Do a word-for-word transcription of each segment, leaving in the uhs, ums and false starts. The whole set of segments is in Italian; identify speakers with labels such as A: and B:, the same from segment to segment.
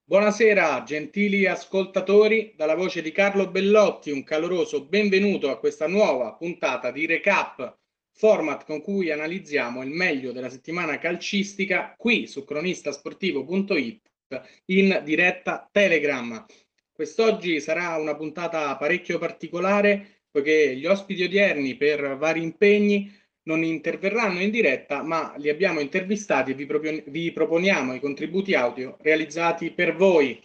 A: Buonasera, gentili ascoltatori, dalla voce di Carlo Bellotti, un caloroso benvenuto a questa nuova puntata di Recap, format con cui analizziamo il meglio della settimana calcistica qui su cronistasportivo punto it in diretta Telegram. Quest'oggi sarà una puntata parecchio particolare poiché gli ospiti odierni per vari impegni non interverranno in diretta, ma li abbiamo intervistati e vi, propon- vi proponiamo i contributi audio realizzati per voi.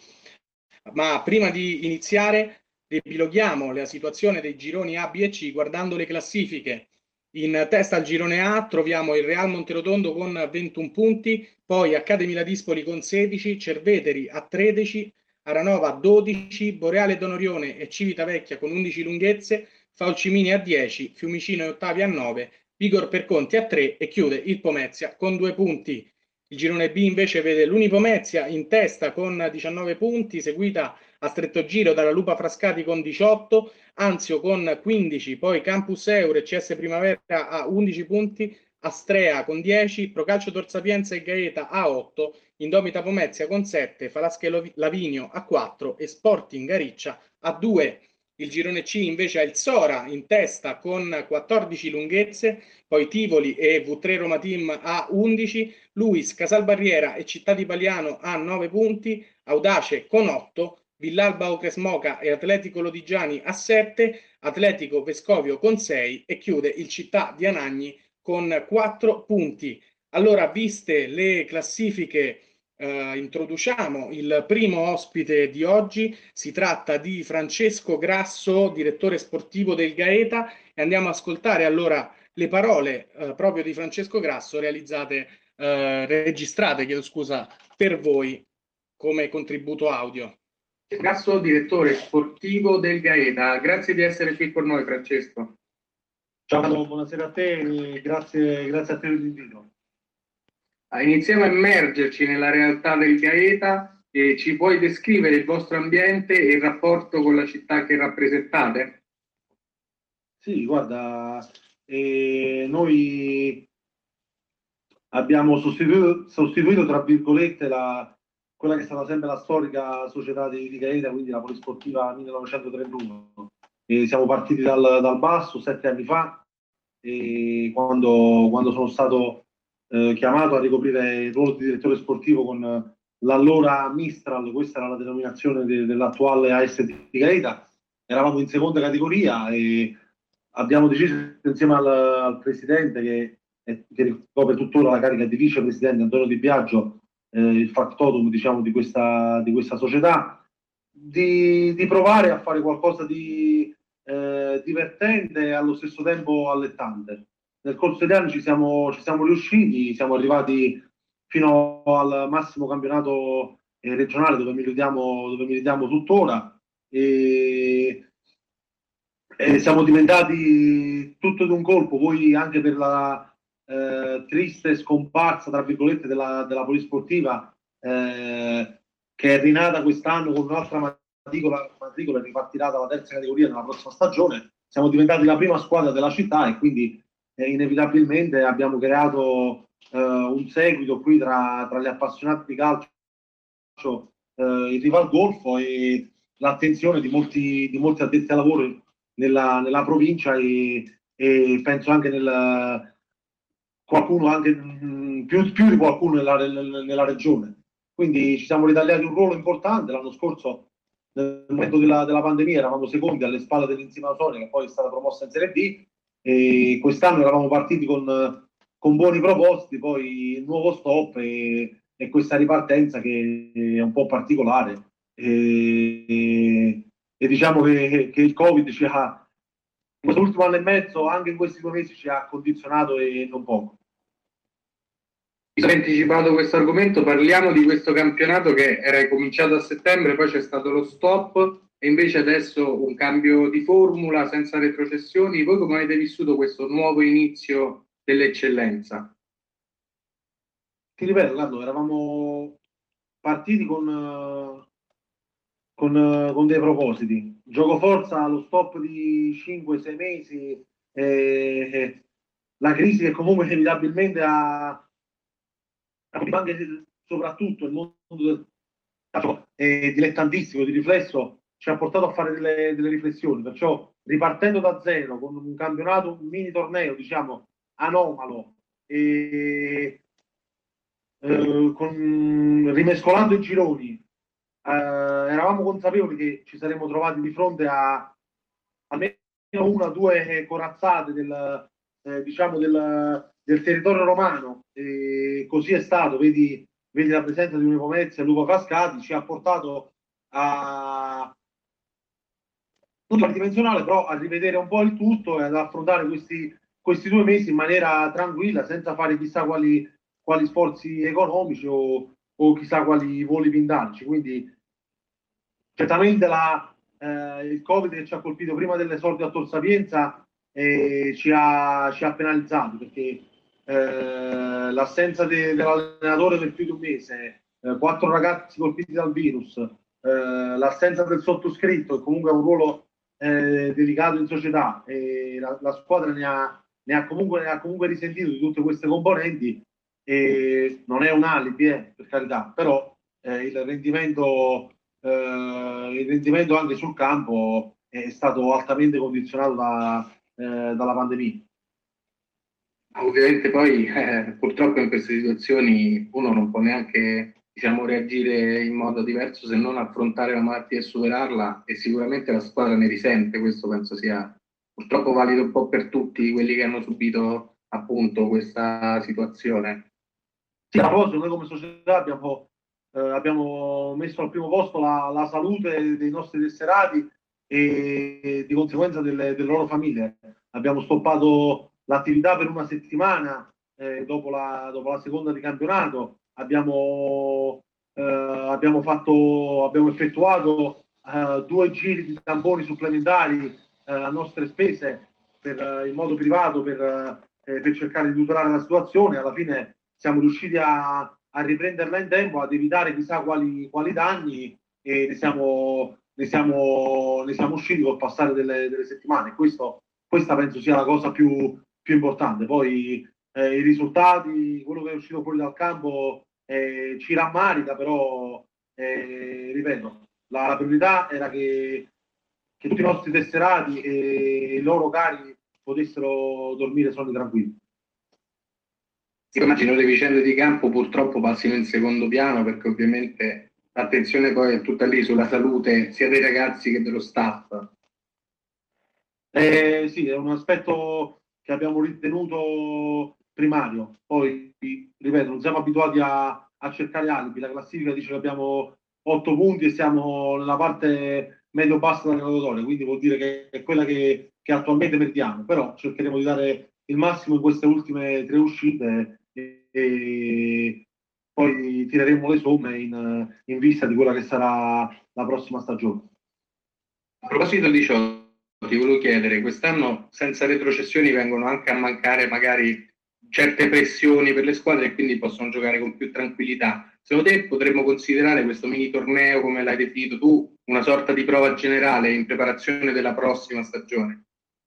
A: Ma prima di iniziare, riepiloghiamo la situazione dei gironi A, B e C guardando le classifiche. In testa al girone A troviamo il Real Monterotondo con ventuno punti, poi Accademia Ladispoli con sedici, Cerveteri a tredici, Aranova a dodici, Boreale Donorione e Civitavecchia con undici lunghezze, Falcimini a dieci, Fiumicino e Ottavi a nove, Vigor Perconti a tre e chiude il Pomezia con due punti. Il girone B invece vede l'Unipomezia in testa con diciannove punti, seguita a stretto giro dalla Lupa Frascati con diciotto, Anzio con quindici, poi Campus Euro e C S Primavera a undici punti, Astrea con dieci, Procalcio Tor Sapienza e Gaeta a otto, Indomita Pomezia con sette, Falasche Lavinio a quattro e Sporting Ariccia a due. Il girone C invece ha il Sora in testa con quattordici lunghezze, poi Tivoli e V tre Roma Team a undici, Luis, Casalbarriera e Città di Paliano a nove punti, Audace con otto, Villalba Ocresmoca e Atletico Lodigiani a sette, Atletico Vescovio con sei e chiude il Città di Anagni con quattro punti. Allora, viste le classifiche, eh, introduciamo il primo ospite di oggi. Si tratta di Francesco Grasso, direttore sportivo del Gaeta, e andiamo ad ascoltare allora le parole eh, proprio di Francesco Grasso realizzate, eh, registrate, chiedo scusa, per voi come contributo audio. Grasso, direttore sportivo del Gaeta, grazie di essere qui con noi, Francesco.
B: Ciao, buonasera a te, grazie, grazie a te per l'invito.
A: Iniziamo a immergerci nella realtà del Gaeta e ci puoi descrivere il vostro ambiente e il rapporto con la città che rappresentate?
B: Sì, guarda, eh, noi abbiamo sostituito, sostituito, tra virgolette, la, quella che è stata sempre la storica società di, di Gaeta, quindi la Polisportiva millenovecentotrentuno. E siamo partiti dal, dal basso sette anni fa, e quando, quando sono stato eh, chiamato a ricoprire il ruolo di direttore sportivo con l'allora Mistral, questa era la denominazione de, dell'attuale A S di Gaeta, eravamo in seconda categoria e abbiamo deciso insieme al, al presidente che, che ricopre tuttora la carica di vicepresidente Antonio Di Biagio, eh, il factotum diciamo di questa, di questa società, di, di provare a fare qualcosa di eh, divertente e allo stesso tempo allettante. Nel corso degli anni ci siamo, ci siamo riusciti, siamo arrivati fino al massimo campionato eh, regionale dove militiamo, dove militiamo tuttora e, e siamo diventati tutto d'un colpo, poi anche per la eh, triste scomparsa, tra virgolette, della, della polisportiva eh, che è rinata quest'anno con un'altra matricola, matricola e ripartirà dalla terza categoria nella prossima stagione. Siamo diventati la prima squadra della città e quindi eh, inevitabilmente abbiamo creato eh, un seguito qui tra, tra gli appassionati di calcio, eh, il Rival Golfo e l'attenzione di molti, di molti addetti ai lavori nella, nella provincia e, e penso anche nel qualcuno anche mh, più, più di qualcuno nella, nella regione. Quindi ci siamo ritagliati un ruolo importante. L'anno scorso, nel momento della, della pandemia, eravamo secondi alle spalle dell'Insieme Soria, che poi è stata promossa in Serie B, e quest'anno eravamo partiti con, con buoni propositi, poi il nuovo stop e, e questa ripartenza che è un po' particolare. E, e diciamo che, che il Covid ci ha, in quest'ultimo anno e mezzo, anche in questi due mesi, ci ha condizionato e non poco.
A: Mi sono anticipato questo argomento, parliamo di questo campionato che era cominciato a settembre, poi c'è stato lo stop e invece adesso un cambio di formula senza retrocessioni. Voi come avete vissuto questo nuovo inizio dell'eccellenza?
B: Ti ripeto, Carlo, eravamo partiti con, con, con dei propositi. Gioco forza, lo stop di cinque sei mesi, eh, la crisi che comunque inevitabilmente ha, anche soprattutto il mondo del, è dilettantissimo, di riflesso, ci ha portato a fare delle, delle riflessioni, perciò ripartendo da zero con un campionato, un mini torneo, diciamo, anomalo, e eh, con, rimescolando i gironi, eh, eravamo consapevoli che ci saremmo trovati di fronte a almeno una o due corazzate del, eh, diciamo del, del territorio romano, e così è stato. Vedi, vedi la presenza di Unico Mezzi e Luca Frascati ci ha portato a non tridimensionale, però a rivedere un po' il tutto e ad affrontare questi, questi due mesi in maniera tranquilla, senza fare chissà quali, quali sforzi economici o, o chissà quali voli pindarici. Quindi certamente la, eh, il Covid che ci ha colpito prima dell'esordio a Tor Sapienza eh, ci, ha, ci ha penalizzato, perché eh, l'assenza de, dell'allenatore per più di un mese, eh, quattro ragazzi colpiti dal virus, eh, l'assenza del sottoscritto, che comunque ha un ruolo eh, delicato in società, e la, la squadra ne ha, ne, ha comunque, ne ha comunque risentito di tutte queste componenti, e non è un alibi, eh, per carità, però eh, il rendimento eh, il rendimento anche sul campo è stato altamente condizionato da, eh, dalla pandemia.
A: Ovviamente poi eh, purtroppo in queste situazioni uno non può neanche, diciamo, reagire in modo diverso se non affrontare la malattia e superarla, e sicuramente la squadra ne risente. Questo penso sia purtroppo valido un po' per tutti quelli che hanno subito appunto questa situazione.
B: Sì, a proposito, noi come società abbiamo, eh, abbiamo messo al primo posto la, la salute dei nostri tesserati e di conseguenza delle, delle loro famiglie. Abbiamo stoppato l'attività per una settimana eh, dopo, la, dopo la seconda di campionato. Abbiamo, eh, abbiamo, fatto, abbiamo effettuato eh, due giri di tamponi supplementari eh, a nostre spese per, eh, in modo privato per, eh, per cercare di tutelare la situazione. Alla fine siamo riusciti a, a riprenderla in tempo, ad evitare chissà quali, quali danni, e ne siamo, ne, siamo, ne siamo usciti col passare delle, delle settimane. Questo, questa penso sia la cosa più, più importante. Poi eh, i risultati, quello che è uscito fuori dal campo eh, ci rammarica, però eh, ripeto, la, la priorità era che, che tutti i nostri tesserati e i loro cari potessero dormire sonni tranquilli.
A: Io immagino le vicende di campo purtroppo passino in secondo piano, perché ovviamente l'attenzione poi è tutta lì sulla salute sia dei ragazzi che dello staff.
B: Eh, sì, è un aspetto che abbiamo ritenuto primario. Poi, ripeto, non siamo abituati a, a cercare alibi. La classifica dice che abbiamo otto punti e siamo nella parte medio-bassa della graduatoria, quindi vuol dire che è quella che, che attualmente meritiamo. Però cercheremo di dare il massimo in queste ultime tre uscite e, e poi tireremo le somme in, in vista di quella che sarà la prossima stagione.
A: A proposito di ciò, ti volevo chiedere, quest'anno senza retrocessioni vengono anche a mancare magari certe pressioni per le squadre e quindi possono giocare con più tranquillità. Secondo te potremmo considerare questo mini torneo, come l'hai definito tu, una sorta di prova generale in preparazione della prossima stagione?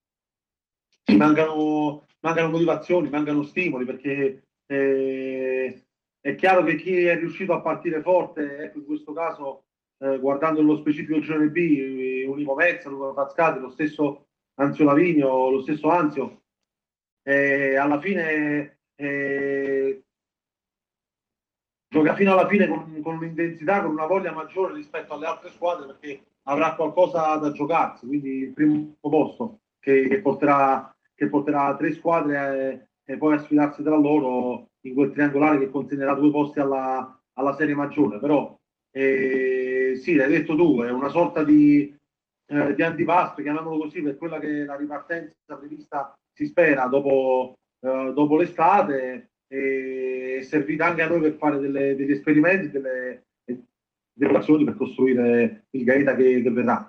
B: Sì, mancano, mancano motivazioni, mancano stimoli, perché eh, è chiaro che chi è riuscito a partire forte, ecco, in questo caso, eh, guardando nello specifico il girone B, Unico Mezza, Luca Frascati, lo stesso Anzio Lavinio, lo stesso Anzio, eh, alla fine eh, gioca fino alla fine con, con un'intensità, con una voglia maggiore rispetto alle altre squadre, perché avrà qualcosa da giocarsi. Quindi il primo posto che, che, porterà, che porterà tre squadre e, e poi a sfidarsi tra loro in quel triangolare che consegnerà due posti alla, alla serie maggiore. Però eh, sì, l'hai detto tu, è una sorta di, eh, di antipasto, chiamiamolo così, per quella che è la ripartenza prevista, si spera, dopo, eh, dopo l'estate. E è servita anche a noi per fare delle, degli esperimenti, delle, delle azioni per costruire il Gaeta che, che verrà.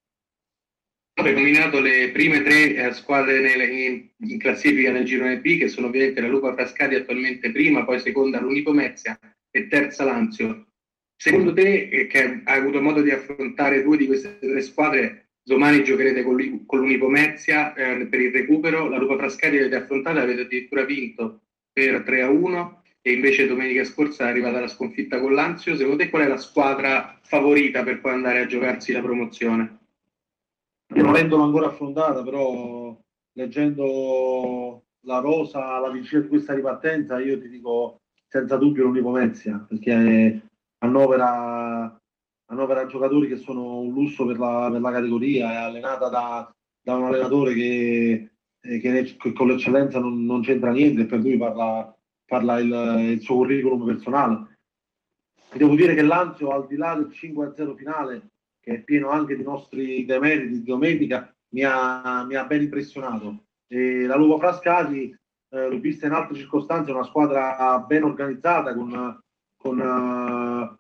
A: Hai nominato le prime tre eh, squadre nelle, in, in classifica nel girone B, che sono ovviamente la Lupa Frascati attualmente prima, poi seconda l'Unipomezia e terza Lazio. Secondo te, eh, che hai avuto modo di affrontare due di queste tre squadre, domani giocherete con, con l'Unipomezia eh, per il recupero, la Lupa Frascati avete affrontato e avete addirittura vinto per tre a uno, e invece domenica scorsa è arrivata la sconfitta con l'Anzio. Secondo te qual è la squadra favorita per poi andare a giocarsi la promozione?
B: Io non avendola ancora affrontata, però leggendo la rosa, la vincita di questa ripartenza, io ti dico senza dubbio l'Unico-Venezia, perché annovera, annovera giocatori che sono un lusso per la, per la categoria, è allenata da, da un allenatore che, eh, che, che con l'eccellenza non, non c'entra niente, e per lui parla, parla il, il suo curriculum personale. E devo dire che l'Anzio, al di là del cinque a zero finale, che è pieno anche di nostri demeriti di domenica, mi ha, mi ha ben impressionato. E la Lupo Frascati, eh, l'ho vista in altre circostanze, è una squadra ben organizzata, con, con, eh,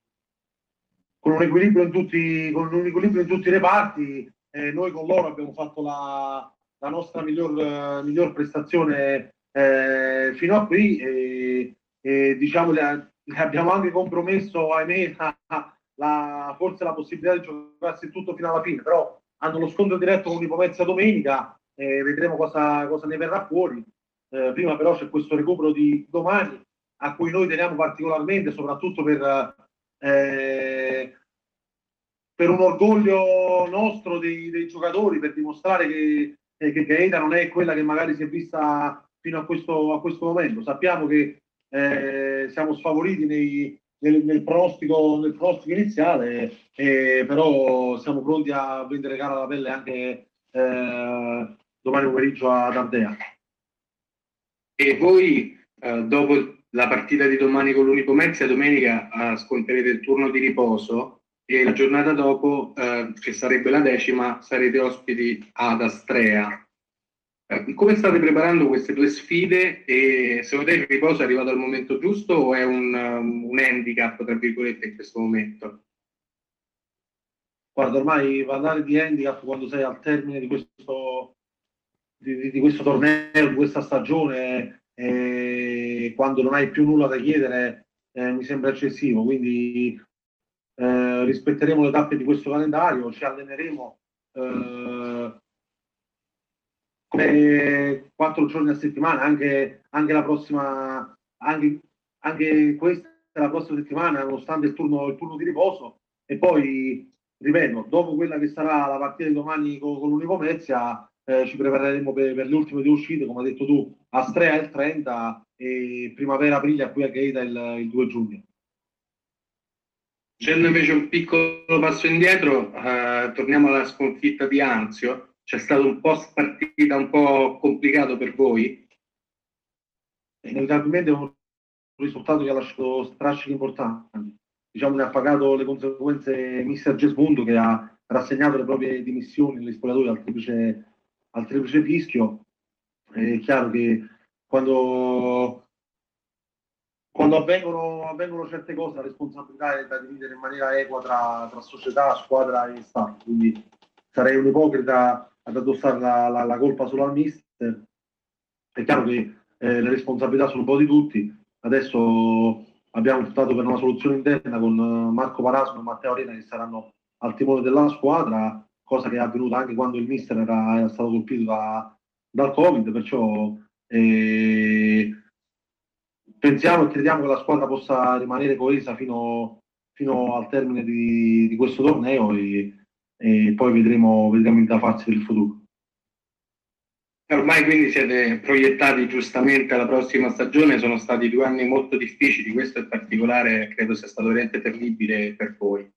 B: con un equilibrio in tutti, con un equilibrio in tutti i reparti. Eh, noi con loro abbiamo fatto la, la nostra miglior, eh, miglior prestazione eh, fino a qui, e, e diciamo le, le abbiamo anche compromesso, ahimè, la, la, forse la possibilità di giocarsi tutto fino alla fine, però hanno lo scontro diretto con l'Ipomezia domenica, e vedremo cosa, cosa ne verrà fuori. Eh, prima però c'è questo recupero di domani, a cui noi teniamo particolarmente, soprattutto per, eh, per un orgoglio nostro dei, dei giocatori, per dimostrare che, che, che Eida non è quella che magari si è vista fino a questo, a questo momento. Sappiamo che eh, siamo sfavoriti nei, nel, nel, pronostico, nel pronostico iniziale, eh, però siamo pronti a vendere cara alla pelle anche eh, domani pomeriggio ad Ardea.
A: E voi, eh, dopo la partita di domani con l'Unico-Venezia, domenica eh, sconterete il turno di riposo, e la giornata dopo, eh, che sarebbe la decima, sarete ospiti ad Astrea. Eh, come state preparando queste due sfide, e secondo te il riposo è arrivato al momento giusto o è un, um, un handicap, tra virgolette, in questo momento?
B: Guarda, ormai parlare di handicap quando sei al termine di questo, di, di questo torneo, di questa stagione, eh, quando non hai più nulla da chiedere, eh, mi sembra eccessivo. Quindi eh, rispetteremo le tappe di questo calendario, ci alleneremo eh, come quattro giorni a settimana, anche, anche la prossima, anche, anche questa la prossima settimana, nonostante il turno, il turno di riposo. E poi, ripeto, dopo quella che sarà la partita di domani con, con l'Unico-Venezia, eh, ci prepareremo per, per le ultime due uscite, come hai detto tu, Astrea il trenta e Primavera-Aprilia qui a Gaeta il, il due giugno.
A: Facendo invece un piccolo passo indietro, eh, torniamo alla sconfitta di Anzio. C'è stato un post partita un po' complicato per voi?
B: Inevitabilmente è un risultato che ha lasciato strascichi importanti. Diciamo, ne ha pagato le conseguenze mister Gesmundo, che ha rassegnato le proprie dimissioni negli spogliatoi al triplice, al triplice fischio. È chiaro che quando, quando avvengono, avvengono certe cose, la responsabilità è da dividere in maniera equa tra, tra società, squadra e staff. Quindi sarei un ipocrita ad addossare la, la, la colpa solo al mister. È chiaro che eh, le responsabilità sono un po' di tutti. Adesso abbiamo optato per una soluzione interna con Marco Parasmo e Matteo Arena, che saranno al timone della squadra, cosa che è avvenuta anche quando il mister era, era stato colpito da, dal Covid. Perciò eh, pensiamo e crediamo che la squadra possa rimanere coesa fino, fino al termine di, di questo torneo, e, e poi vedremo, vedremo il da farsi per il futuro.
A: Ormai quindi siete proiettati giustamente alla prossima stagione, sono stati due anni molto difficili, questo in particolare credo sia stato veramente terribile per voi.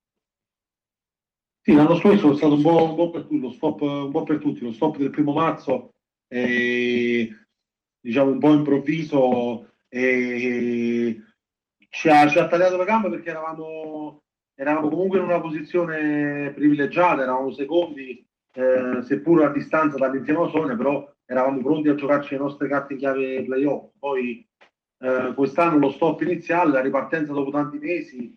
B: Sì, l'anno scorso è stato un po', un po' per tutti, lo stop, un po' per tutti, lo stop del primo marzo, eh, diciamo un po' improvviso, eh, ci, ha, ci ha tagliato le gambe, perché eravamo, eravamo comunque in una posizione privilegiata, eravamo secondi, eh, seppur a distanza dall'insieme Sonia, però eravamo pronti a giocarci le nostre carte in chiave playoff. Poi eh, quest'anno lo stop iniziale, la ripartenza dopo tanti mesi,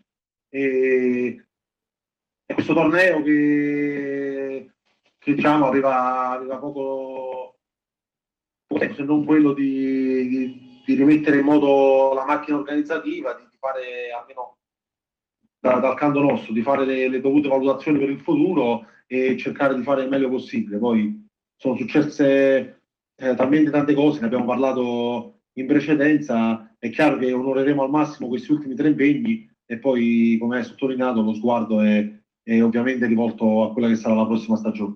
B: e questo torneo che, che diciamo aveva, aveva poco, poco, se non quello di, di, di rimettere in moto la macchina organizzativa, di, di fare almeno da, dal canto nostro, di fare le, le dovute valutazioni per il futuro e cercare di fare il meglio possibile. Poi sono successe eh, talmente tante cose, ne abbiamo parlato in precedenza. È chiaro che onoreremo al massimo questi ultimi tre impegni e poi, come hai sottolineato, lo sguardo è, è ovviamente rivolto a quella che sarà la prossima stagione.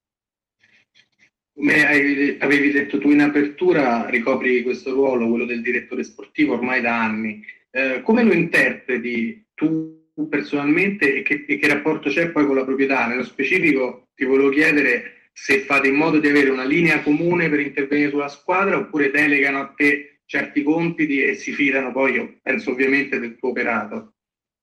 A: Come hai- avevi detto tu in apertura, ricopri questo ruolo, quello del direttore sportivo, ormai da anni. Eh, come lo interpreti tu personalmente e che, e che rapporto c'è poi con la proprietà? Nello specifico ti volevo chiedere se fate in modo di avere una linea comune per intervenire sulla squadra oppure delegano a te certi compiti e si fidano poi, io penso ovviamente, del tuo operato.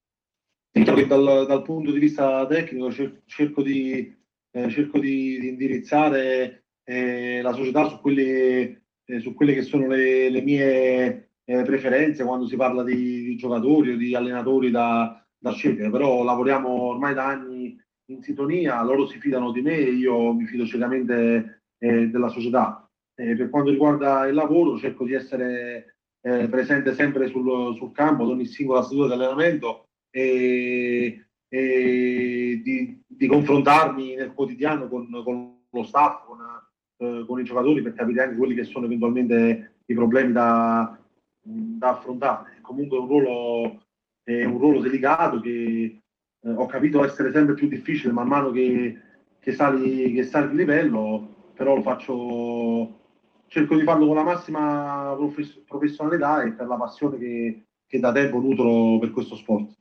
B: Dal, dal punto di vista tecnico cer- cerco di, eh, cerco di, di indirizzare eh, la società su quelle, eh, su quelle che sono le, le mie eh, preferenze quando si parla di, di giocatori o di allenatori da, da scegliere, però lavoriamo ormai da anni in sintonia, loro si fidano di me e io mi fido ciecamente eh, della società. Eh, per quanto riguarda il lavoro cerco di essere eh, presente sempre sul, sul campo ad ogni singola seduta di allenamento e, e di, di confrontarmi nel quotidiano con, con lo staff, con, eh, con i giocatori per capire anche quelli che sono eventualmente i problemi da, da affrontare. Comunque è un ruolo, è un ruolo delicato che eh, ho capito essere sempre più difficile man mano che, che, sali, che sali di livello, però lo faccio, cerco di farlo con la massima profes- professionalità e per la passione che, che da tempo nutro per questo sport.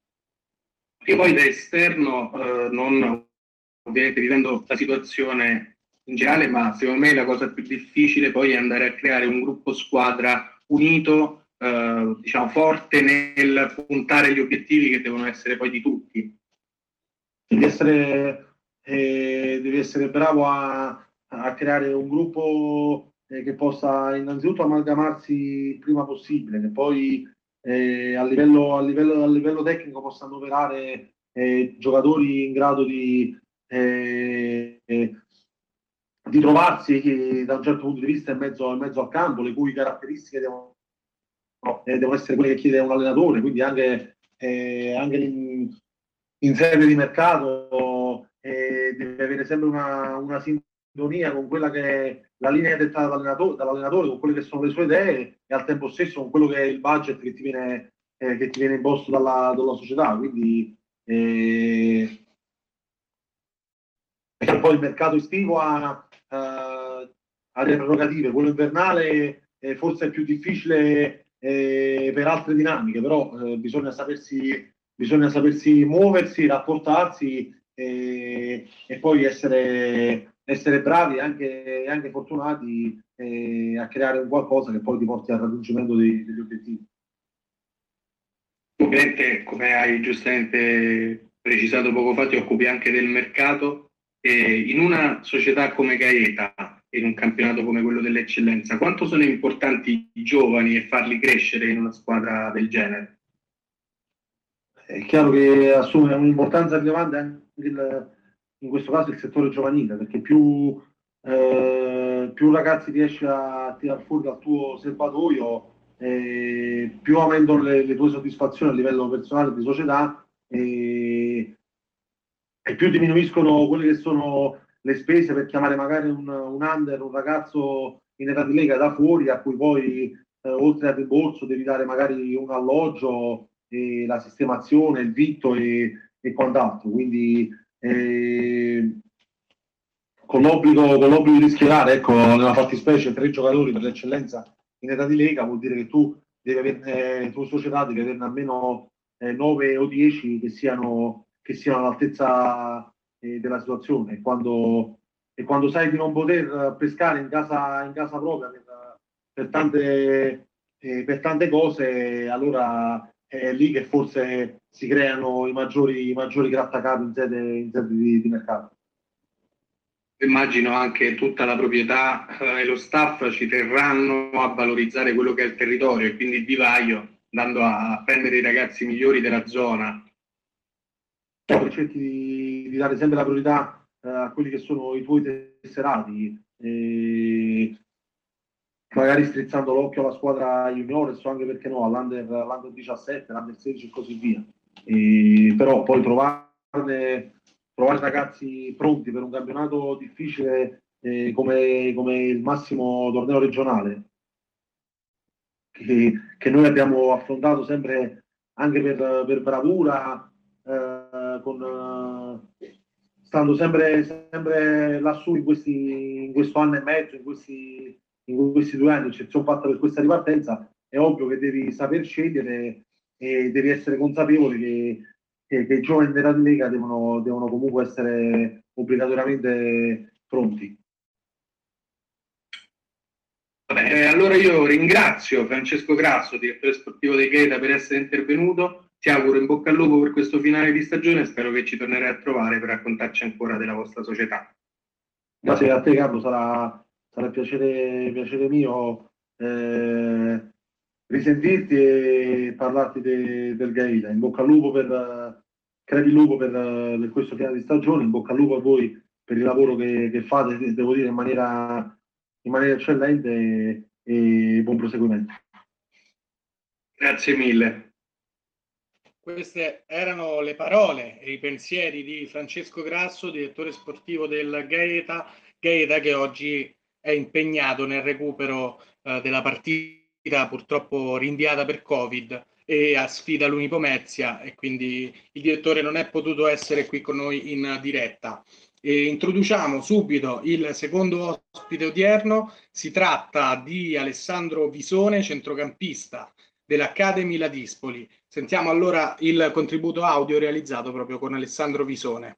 A: E poi da esterno, eh, non ovviamente vivendo la situazione in generale, ma secondo me la cosa più difficile poi è andare a creare un gruppo squadra unito, eh, diciamo forte nel puntare gli obiettivi che devono essere poi di tutti.
B: Devi essere, eh, devi essere bravo a, a creare un gruppo eh, che possa innanzitutto amalgamarsi il prima possibile, che poi eh, a livello, a livello, a livello tecnico possano operare eh, giocatori in grado di, eh, eh, di trovarsi eh, da un certo punto di vista in mezzo, in mezzo al campo, le cui caratteristiche devono, eh, devono essere quelle che chiede un allenatore, quindi anche, eh, anche in, in sede di mercato eh, deve avere sempre una, una sintonia con quella che è la linea dettata dall'allenatore, dall'allenatore, con quelle che sono le sue idee e al tempo stesso con quello che è il budget che ti viene, eh, che ti viene imposto dalla, dalla società. Quindi eh, poi il mercato estivo ha, uh, ha delle prerogative, quello invernale eh, forse è più difficile eh, per altre dinamiche, però eh, bisogna sapersi bisogna sapersi muoversi, rapportarsi e, e poi essere, essere bravi e anche, anche fortunati eh, a creare un qualcosa che poi ti porti al raggiungimento dei, degli obiettivi.
A: Ovviamente, come hai giustamente precisato poco fa, ti occupi anche del mercato e in una società come Gaeta, in un campionato come quello dell'eccellenza, quanto sono importanti i giovani e farli crescere in una squadra del genere?
B: È chiaro che assume un'importanza rilevante anche il, in questo caso il settore giovanile, perché più, eh, più ragazzi riesci a tirare fuori dal tuo serbatoio, eh, più aumentano le, le tue soddisfazioni a livello personale e di società e, e più diminuiscono quelle che sono le spese per chiamare magari un, un under, un ragazzo in età di lega da fuori, a cui poi eh, oltre al rimborso devi dare magari un alloggio, e la sistemazione, il vitto e, e quant'altro. Quindi eh, con l'obbligo, con l'obbligo di schierare, ecco, nella fattispecie tre giocatori per l'eccellenza in età di lega, vuol dire che tu devi averne, tu società devi averne almeno eh, nove o dieci che siano, che siano all'altezza eh, della situazione. E quando, e quando sai di non poter pescare in casa, in casa propria per, per tante, eh, per tante cose, allora è lì che forse si creano i maggiori, i maggiori grattacapi in sede, in sede di, di mercato.
A: Immagino anche tutta la proprietà eh, e lo staff ci terranno a valorizzare quello che è il territorio e quindi il vivaio, andando a prendere i ragazzi migliori della zona.
B: Cerchi di, di dare sempre la priorità eh, a quelli che sono i tuoi tesserati, e magari strizzando l'occhio alla squadra juniores o anche perché no all'under, all'under diciassette, all'under sedici e così via. E, però poi trovarne, trovare ragazzi pronti per un campionato difficile eh, come, come il massimo torneo regionale che, che noi abbiamo affrontato sempre anche per, per bravura, eh, con, eh, stando sempre, sempre lassù in, questi, in questo anno e mezzo, in questi, in questi due anni, eccezione fatta per questa ripartenza. È ovvio che devi saper scegliere e devi essere consapevole che, che, che i giovani della Lega devono, devono comunque essere obbligatoriamente pronti.
A: Vabbè, allora io ringrazio Francesco Grasso, direttore sportivo dei Gaeta, per essere intervenuto. Ti auguro in bocca al lupo per questo finale di stagione e spero che ci tornerai a trovare per raccontarci ancora della vostra società.
B: Grazie a te, Carlo, sarà, sarà piacere, piacere mio eh, risentirti e parlarti de, del Gaeta. In bocca al lupo per, crepi lupo per, per questo finale di stagione, in bocca al lupo a voi per il lavoro che, che fate, devo dire, in maniera, in maniera eccellente e, e buon proseguimento.
A: Grazie mille. Queste erano le parole e i pensieri di Francesco Grasso, direttore sportivo del Gaeta, Gaeta che oggi è impegnato nel recupero eh, della partita purtroppo rinviata per Covid e a sfida l'Unipomezia, e quindi il direttore non è potuto essere qui con noi in diretta. E introduciamo subito il secondo ospite odierno. Si tratta di Alessandro Visone, centrocampista dell'Academy Ladispoli. Sentiamo allora il contributo audio realizzato proprio con Alessandro Visone.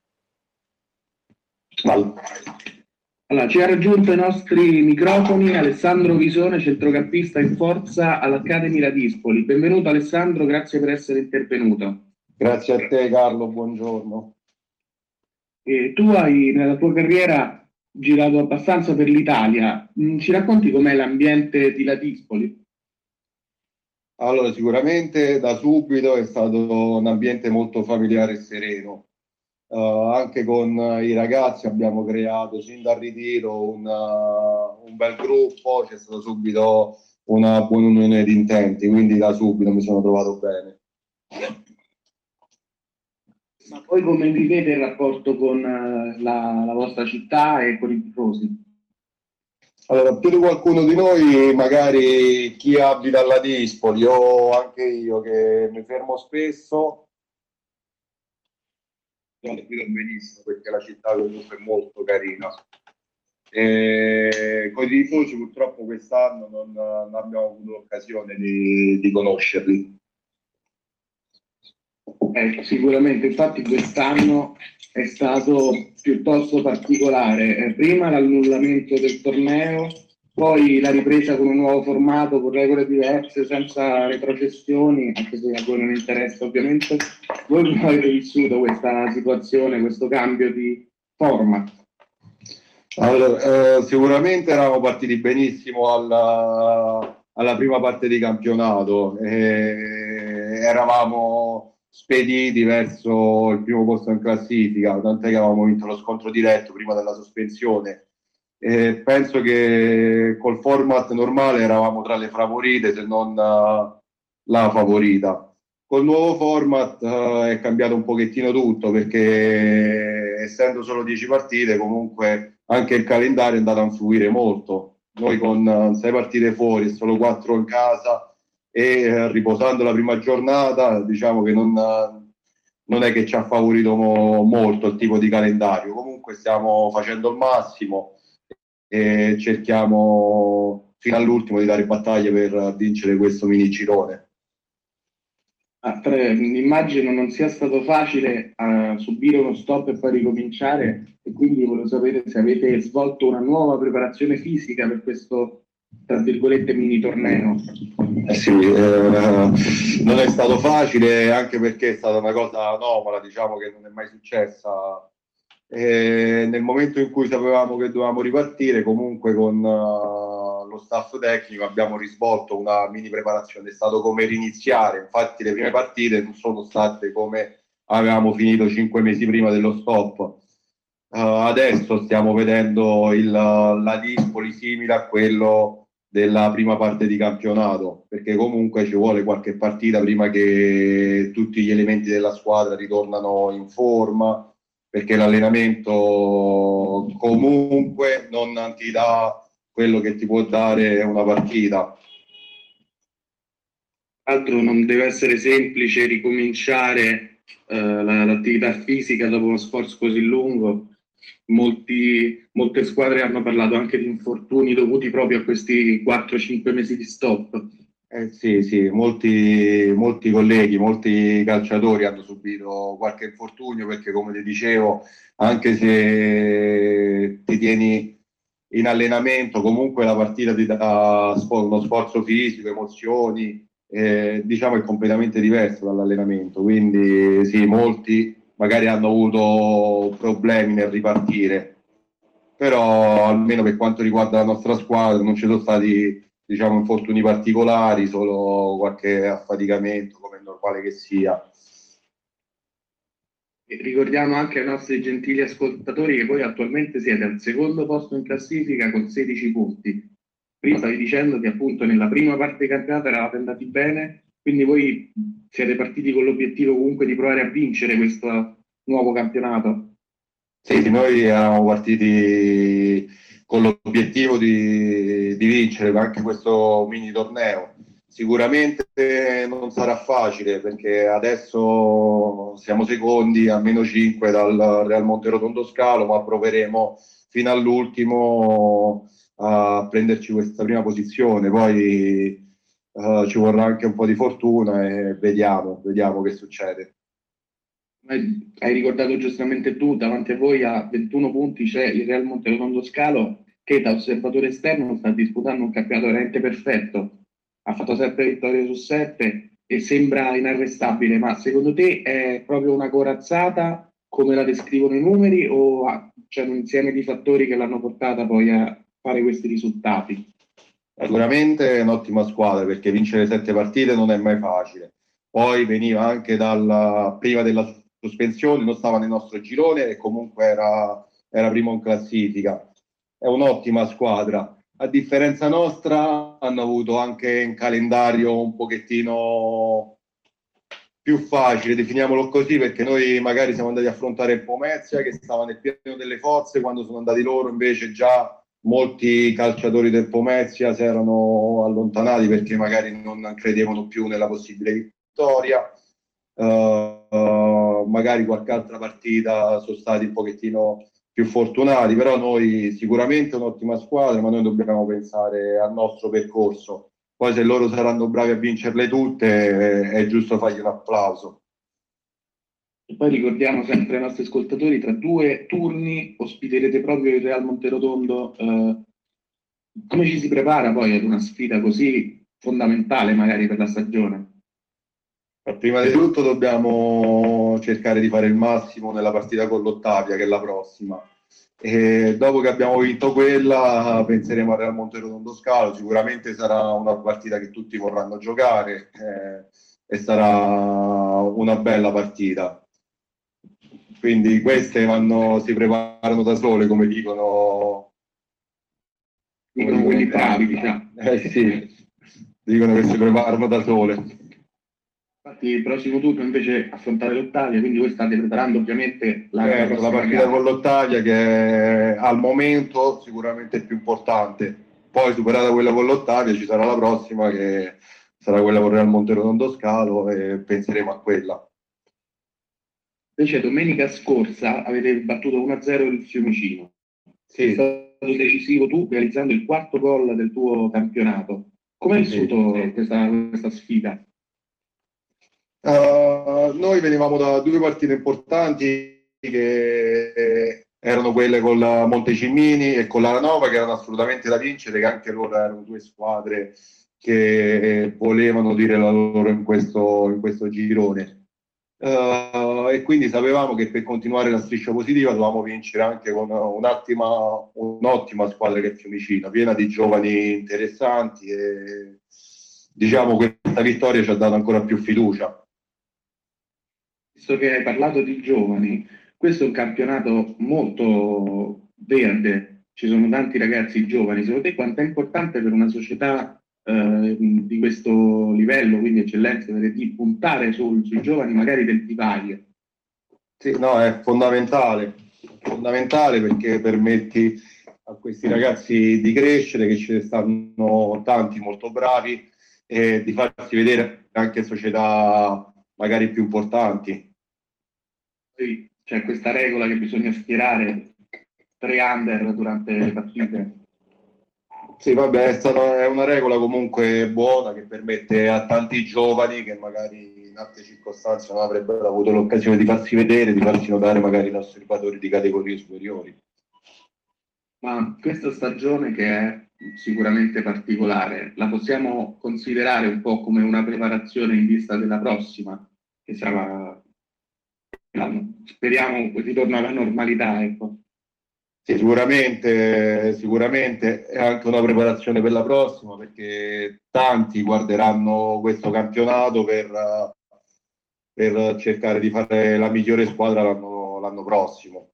C: Allora, ci ha raggiunto ai nostri microfoni Alessandro Visone, centrocampista in forza all'Academy Ladispoli. Benvenuto Alessandro, grazie per essere intervenuto.
D: Grazie a te Carlo, buongiorno.
C: E tu hai nella tua carriera girato abbastanza per l'Italia. Ci racconti com'è l'ambiente di Ladispoli?
D: Allora, sicuramente da subito è stato un ambiente molto familiare e sereno. Uh, anche con i ragazzi abbiamo creato sin dal ritiro un, uh, un bel gruppo, c'è stata subito una buona unione di intenti, quindi da subito mi sono trovato bene.
C: Ma poi come vivete il rapporto con uh, la, la vostra città e con i tifosi?
D: Allora, più di qualcuno di noi, magari chi abita a Ladispoli o anche io che mi fermo spesso, lo vedo benissimo perché la città comunque è molto carina. E con i tifosi purtroppo quest'anno non, non abbiamo avuto l'occasione di, di conoscerli.
C: Eh, sicuramente, infatti quest'anno è stato piuttosto particolare. Eh, prima l'annullamento del torneo, poi la ripresa con un nuovo formato, con regole diverse, senza retrocessioni, anche se a voi non interessa ovviamente. Voi come avete vissuto questa situazione, questo cambio di format?
D: Allora, eh, sicuramente eravamo partiti benissimo alla, alla prima parte di campionato, e eravamo spediti verso il primo posto in classifica, tant'è che avevamo vinto lo scontro diretto prima della sospensione. E penso che col format normale eravamo tra le favorite, se non uh, la favorita. Col nuovo format uh, è cambiato un pochettino tutto, perché essendo solo dieci partite comunque anche il calendario è andato a influire molto. Noi con uh, sei partite fuori e solo quattro in casa e eh, riposando la prima giornata, diciamo che non, non è che ci ha favorito mo, molto il tipo di calendario. Comunque stiamo facendo il massimo e cerchiamo fino all'ultimo di dare battaglia per vincere questo mini girone.
C: Ah, tre, immagino non sia stato facile uh, subire uno stop e poi ricominciare, e quindi volevo sapere se avete svolto una nuova preparazione fisica per questo, tra virgolette, mini torneo.
D: Eh sì, eh, non è stato facile, anche perché è stata una cosa anomala, diciamo che non è mai successa. E nel momento in cui sapevamo che dovevamo ripartire, comunque con uh, lo staff tecnico abbiamo risvolto una mini preparazione, è stato come riniziare. Infatti le prime partite non sono state come avevamo finito cinque mesi prima dello stop. Uh, adesso stiamo vedendo il, la Dispoli simile a quello della prima parte di campionato, perché comunque ci vuole qualche partita prima che tutti gli elementi della squadra ritornano in forma, perché l'allenamento comunque non ti dà quello che ti può dare una partita.
C: altro non deve essere semplice ricominciare eh, la- l'attività fisica dopo uno sforzo così lungo. Molti, molte squadre hanno parlato anche di infortuni dovuti proprio a questi quattro cinque mesi di stop.
D: Eh, sì, sì, molti, molti colleghi, molti calciatori hanno subito qualche infortunio perché, come ti dicevo, anche se ti tieni in allenamento, comunque la partita ti dà sfo- uno sforzo fisico, emozioni, eh, diciamo è completamente diverso dall'allenamento. Quindi sì, molti magari hanno avuto problemi nel ripartire, però almeno per quanto riguarda la nostra squadra non ci sono stati, diciamo, infortuni particolari, solo qualche affaticamento, come è normale che sia.
C: E ricordiamo anche ai nostri gentili ascoltatori che voi attualmente siete al secondo posto in classifica con sedici punti. Prima stavi dicendo che appunto nella prima parte del campionato eravate andati bene, quindi voi siete partiti con l'obiettivo comunque di provare a vincere questo nuovo campionato.
D: Sì, sì, noi eravamo partiti con l'obiettivo di, di vincere anche questo mini torneo. Sicuramente non sarà facile perché adesso siamo secondi a meno cinque dal Real Monterotondo Scalo, ma proveremo fino all'ultimo a prenderci questa prima posizione. Poi eh, ci vorrà anche un po' di fortuna e vediamo, vediamo che succede.
C: Hai ricordato giustamente tu, davanti a voi a ventuno punti c'è il Real Monterotondo Scalo che da osservatore esterno sta disputando un campionato veramente perfetto. Ha fatto sette vittorie su sette e sembra inarrestabile, ma secondo te è proprio una corazzata come la descrivono i numeri o c'è un insieme di fattori che l'hanno portata poi a fare questi risultati?
D: Sicuramente è un'ottima squadra perché vincere sette partite non è mai facile. Poi veniva anche dalla, prima della sospensione, non stava nel nostro girone e comunque era, era primo in classifica. È un'ottima squadra. A differenza nostra, hanno avuto anche un calendario un pochettino più facile, definiamolo così, perché noi magari siamo andati a affrontare il Pomezia che stava nel pieno delle forze, quando sono andati loro invece già molti calciatori del Pomezia si erano allontanati perché magari non credevano più nella possibile vittoria. Uh, uh, magari qualche altra partita sono stati un pochettino più fortunati, però noi sicuramente un'ottima squadra, ma noi dobbiamo pensare al nostro percorso. Poi se loro saranno bravi a vincerle tutte è giusto fargli un applauso.
C: E poi ricordiamo sempre ai nostri ascoltatori, tra due turni ospiterete proprio il Real Monterotondo. Eh, come ci si prepara poi ad una sfida così fondamentale magari per la stagione?
D: Prima di tutto dobbiamo cercare di fare il massimo nella partita con l'Ottavia, che è la prossima. E dopo che abbiamo vinto quella, penseremo al Real Monterotondo Scalo. Sicuramente sarà una partita che tutti vorranno giocare eh, e sarà una bella partita. Quindi queste vanno, si preparano da sole, come dicono, come
C: Dicono quelli bravi, diciamo.
D: Eh sì, dicono che si preparano da sole.
C: Infatti il prossimo turno invece affrontare l'Ottavia, quindi voi state preparando ovviamente la,
D: Eh,
C: la
D: la
C: prossima
D: partita
C: gara.
D: con l'Ottavia che è al momento sicuramente il più importante. Poi superata quella con l'Ottavia ci sarà la prossima che sarà quella con Real Monterotondo Scalo e penseremo a quella.
C: Invece domenica scorsa avete battuto uno a zero il Fiumicino. Sei
D: Sì,
C: stato decisivo tu realizzando il quarto gol del tuo campionato. Come hai vissuto
D: sì.
C: questa, questa sfida?
D: Uh, noi venivamo da due partite importanti che erano quelle con la Montecimini e con l'Aranova, che erano assolutamente da vincere, che anche loro erano due squadre che volevano dire la loro in questo, in questo girone. Uh, e quindi sapevamo che per continuare la striscia positiva dovevamo vincere anche con un'ottima, un'ottima squadra che è Fiumicino, piena di giovani interessanti e diciamo che questa vittoria ci ha dato ancora più fiducia.
C: Visto che hai parlato di giovani, questo è un campionato molto verde, ci sono tanti ragazzi giovani. Secondo te quanto è importante per una società eh, di questo livello, quindi eccellenza, di puntare sul, sui giovani magari del vivaio?
D: Sì, no, è fondamentale, fondamentale perché permetti a questi ragazzi di crescere, che ce ne stanno tanti molto bravi, e di farsi vedere anche in società magari più importanti.
C: Poi c'è questa regola che bisogna schierare tre under durante le partite.
D: Sì, vabbè, è, stata, è una regola comunque buona che permette a tanti giovani che magari in altre circostanze non avrebbero avuto l'occasione di farsi vedere, di farsi notare magari da osservatori di categorie superiori.
C: Ma questa stagione, che è sicuramente particolare, la possiamo considerare un po' come una preparazione in vista della prossima, che sarà, speriamo, ritorno alla normalità, ecco.
D: Sì, sicuramente, sicuramente è anche una preparazione per la prossima, perché tanti guarderanno questo campionato per, per cercare di fare la migliore squadra l'anno, l'anno prossimo.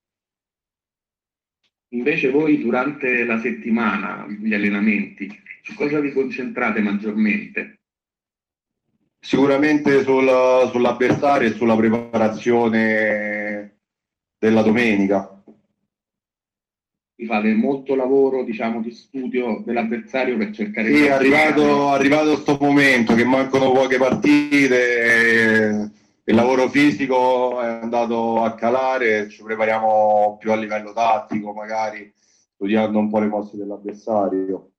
C: Invece voi durante la settimana, gli allenamenti, su cosa vi concentrate maggiormente?
D: Sicuramente sul, sull'avversario e sulla preparazione della domenica.
C: Vi fate molto lavoro, diciamo, di studio dell'avversario per cercare
D: sì,
C: di...
D: Sì, è arrivato, arrivato sto momento che mancano poche partite, il lavoro fisico è andato a calare, ci prepariamo più a livello tattico, magari studiando un po' le mosse dell'avversario.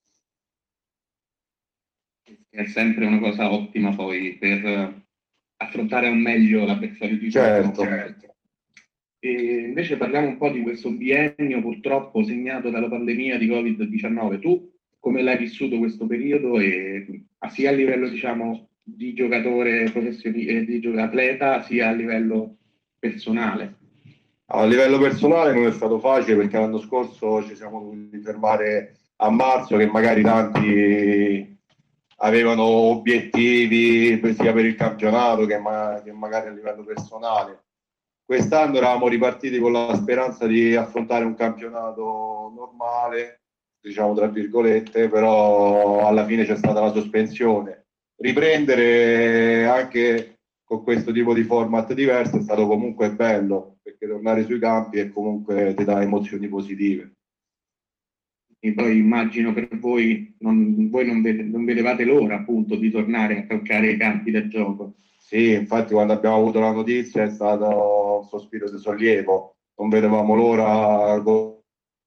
C: È sempre una cosa ottima poi per affrontare al meglio l'avversario di
D: certo,
C: turno.
D: certo.
C: E invece parliamo un po' di questo biennio purtroppo segnato dalla pandemia di covid diciannove. Tu come l'hai vissuto questo periodo, e sia a livello, diciamo, di giocatore professionista, eh, di atleta, sia a livello personale?
D: A livello personale non è stato facile, perché l'anno scorso ci siamo dovuti fermare a marzo, che magari tanti avevano obiettivi sia per il campionato che, ma- che magari a livello personale. Quest'anno eravamo ripartiti con la speranza di affrontare un campionato normale, diciamo tra virgolette, però alla fine c'è stata la sospensione. Riprendere anche con questo tipo di format diverso è stato comunque bello, perché tornare sui campi è comunque ti dà emozioni positive.
C: E poi immagino per voi, non, voi non, vede, non vedevate l'ora appunto di tornare a toccare i campi da gioco.
D: Sì, infatti quando abbiamo avuto la notizia è stato un sospiro di sollievo, non vedevamo l'ora co-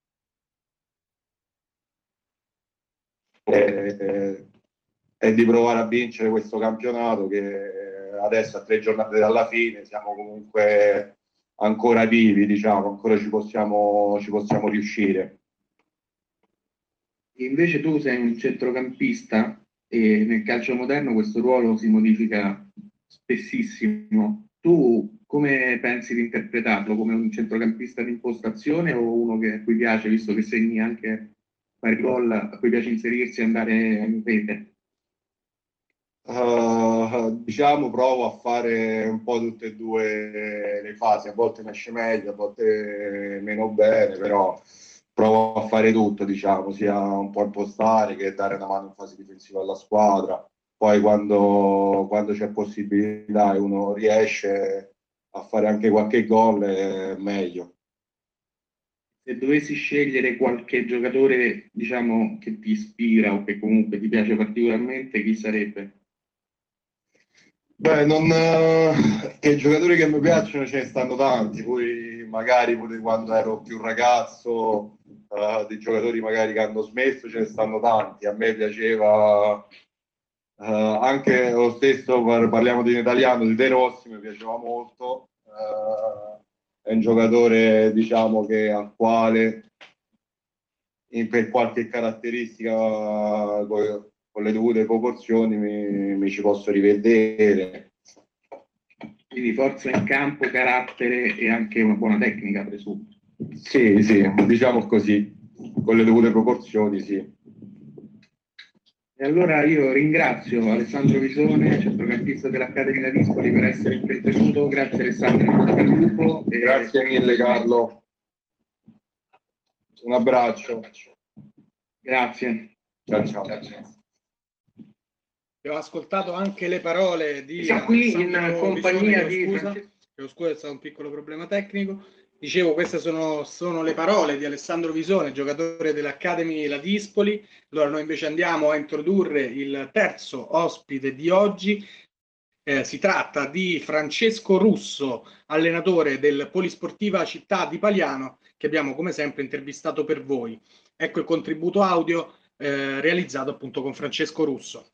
D: e, e, e di provare a vincere questo campionato, che adesso a tre giornate dalla fine siamo comunque ancora vivi, diciamo, ancora ci possiamo, ci possiamo riuscire.
C: Invece tu sei un centrocampista e nel calcio moderno questo ruolo si modifica spessissimo. Tu come pensi di interpretarlo? Come un centrocampista di impostazione o uno che, a cui piace, visto che segni anche vari gol, a cui piace inserirsi e andare in rete?
D: Uh, diciamo provo a fare un po' tutte e due le fasi, a volte mi esce meglio, a volte meno bene, però provo a fare tutto, diciamo, sia un po' impostare che dare una mano in fase difensiva alla squadra. Poi quando, quando c'è possibilità e uno riesce a fare anche qualche gol è meglio.
C: Se dovessi scegliere qualche giocatore, diciamo, che ti ispira o che comunque ti piace particolarmente, chi sarebbe?
D: Beh, non, eh, che giocatori che mi piacciono ce ne stanno tanti, poi magari pure quando ero più ragazzo, eh, dei giocatori magari che hanno smesso ce ne stanno tanti. A me piaceva eh, anche lo stesso, parliamo di un italiano, di De Rossi, mi piaceva molto, eh, è un giocatore, diciamo, che al quale in, per qualche caratteristica con, con le dovute proporzioni mi, mi ci posso rivedere.
C: Quindi forza in campo, carattere e anche una buona tecnica, presumo.
D: Sì, sì, diciamo così, con le dovute proporzioni, sì.
C: E allora io ringrazio Alessandro Visone, centrocampista dell'Accademia Dispoli, per essere intervenuto. Grazie Alessandro, per il gruppo. E...
D: Grazie mille Carlo. Un abbraccio.
C: Grazie.
D: Ciao, ciao. ciao, ciao.
A: Ho ascoltato anche le parole di
C: Siamo qui in
A: Alessandro
C: compagnia
A: Visone,
C: di
A: scusa, che scusa, è stato un piccolo problema tecnico, Dicevo, queste sono, sono le parole di Alessandro Visone, giocatore dell'Academy La Dispoli. Allora noi invece andiamo a introdurre il terzo ospite di oggi. Eh, si tratta di Francesco Russo, allenatore del Polisportiva Città di Paliano, che abbiamo come sempre intervistato per voi. Ecco il contributo audio eh, realizzato appunto con Francesco Russo.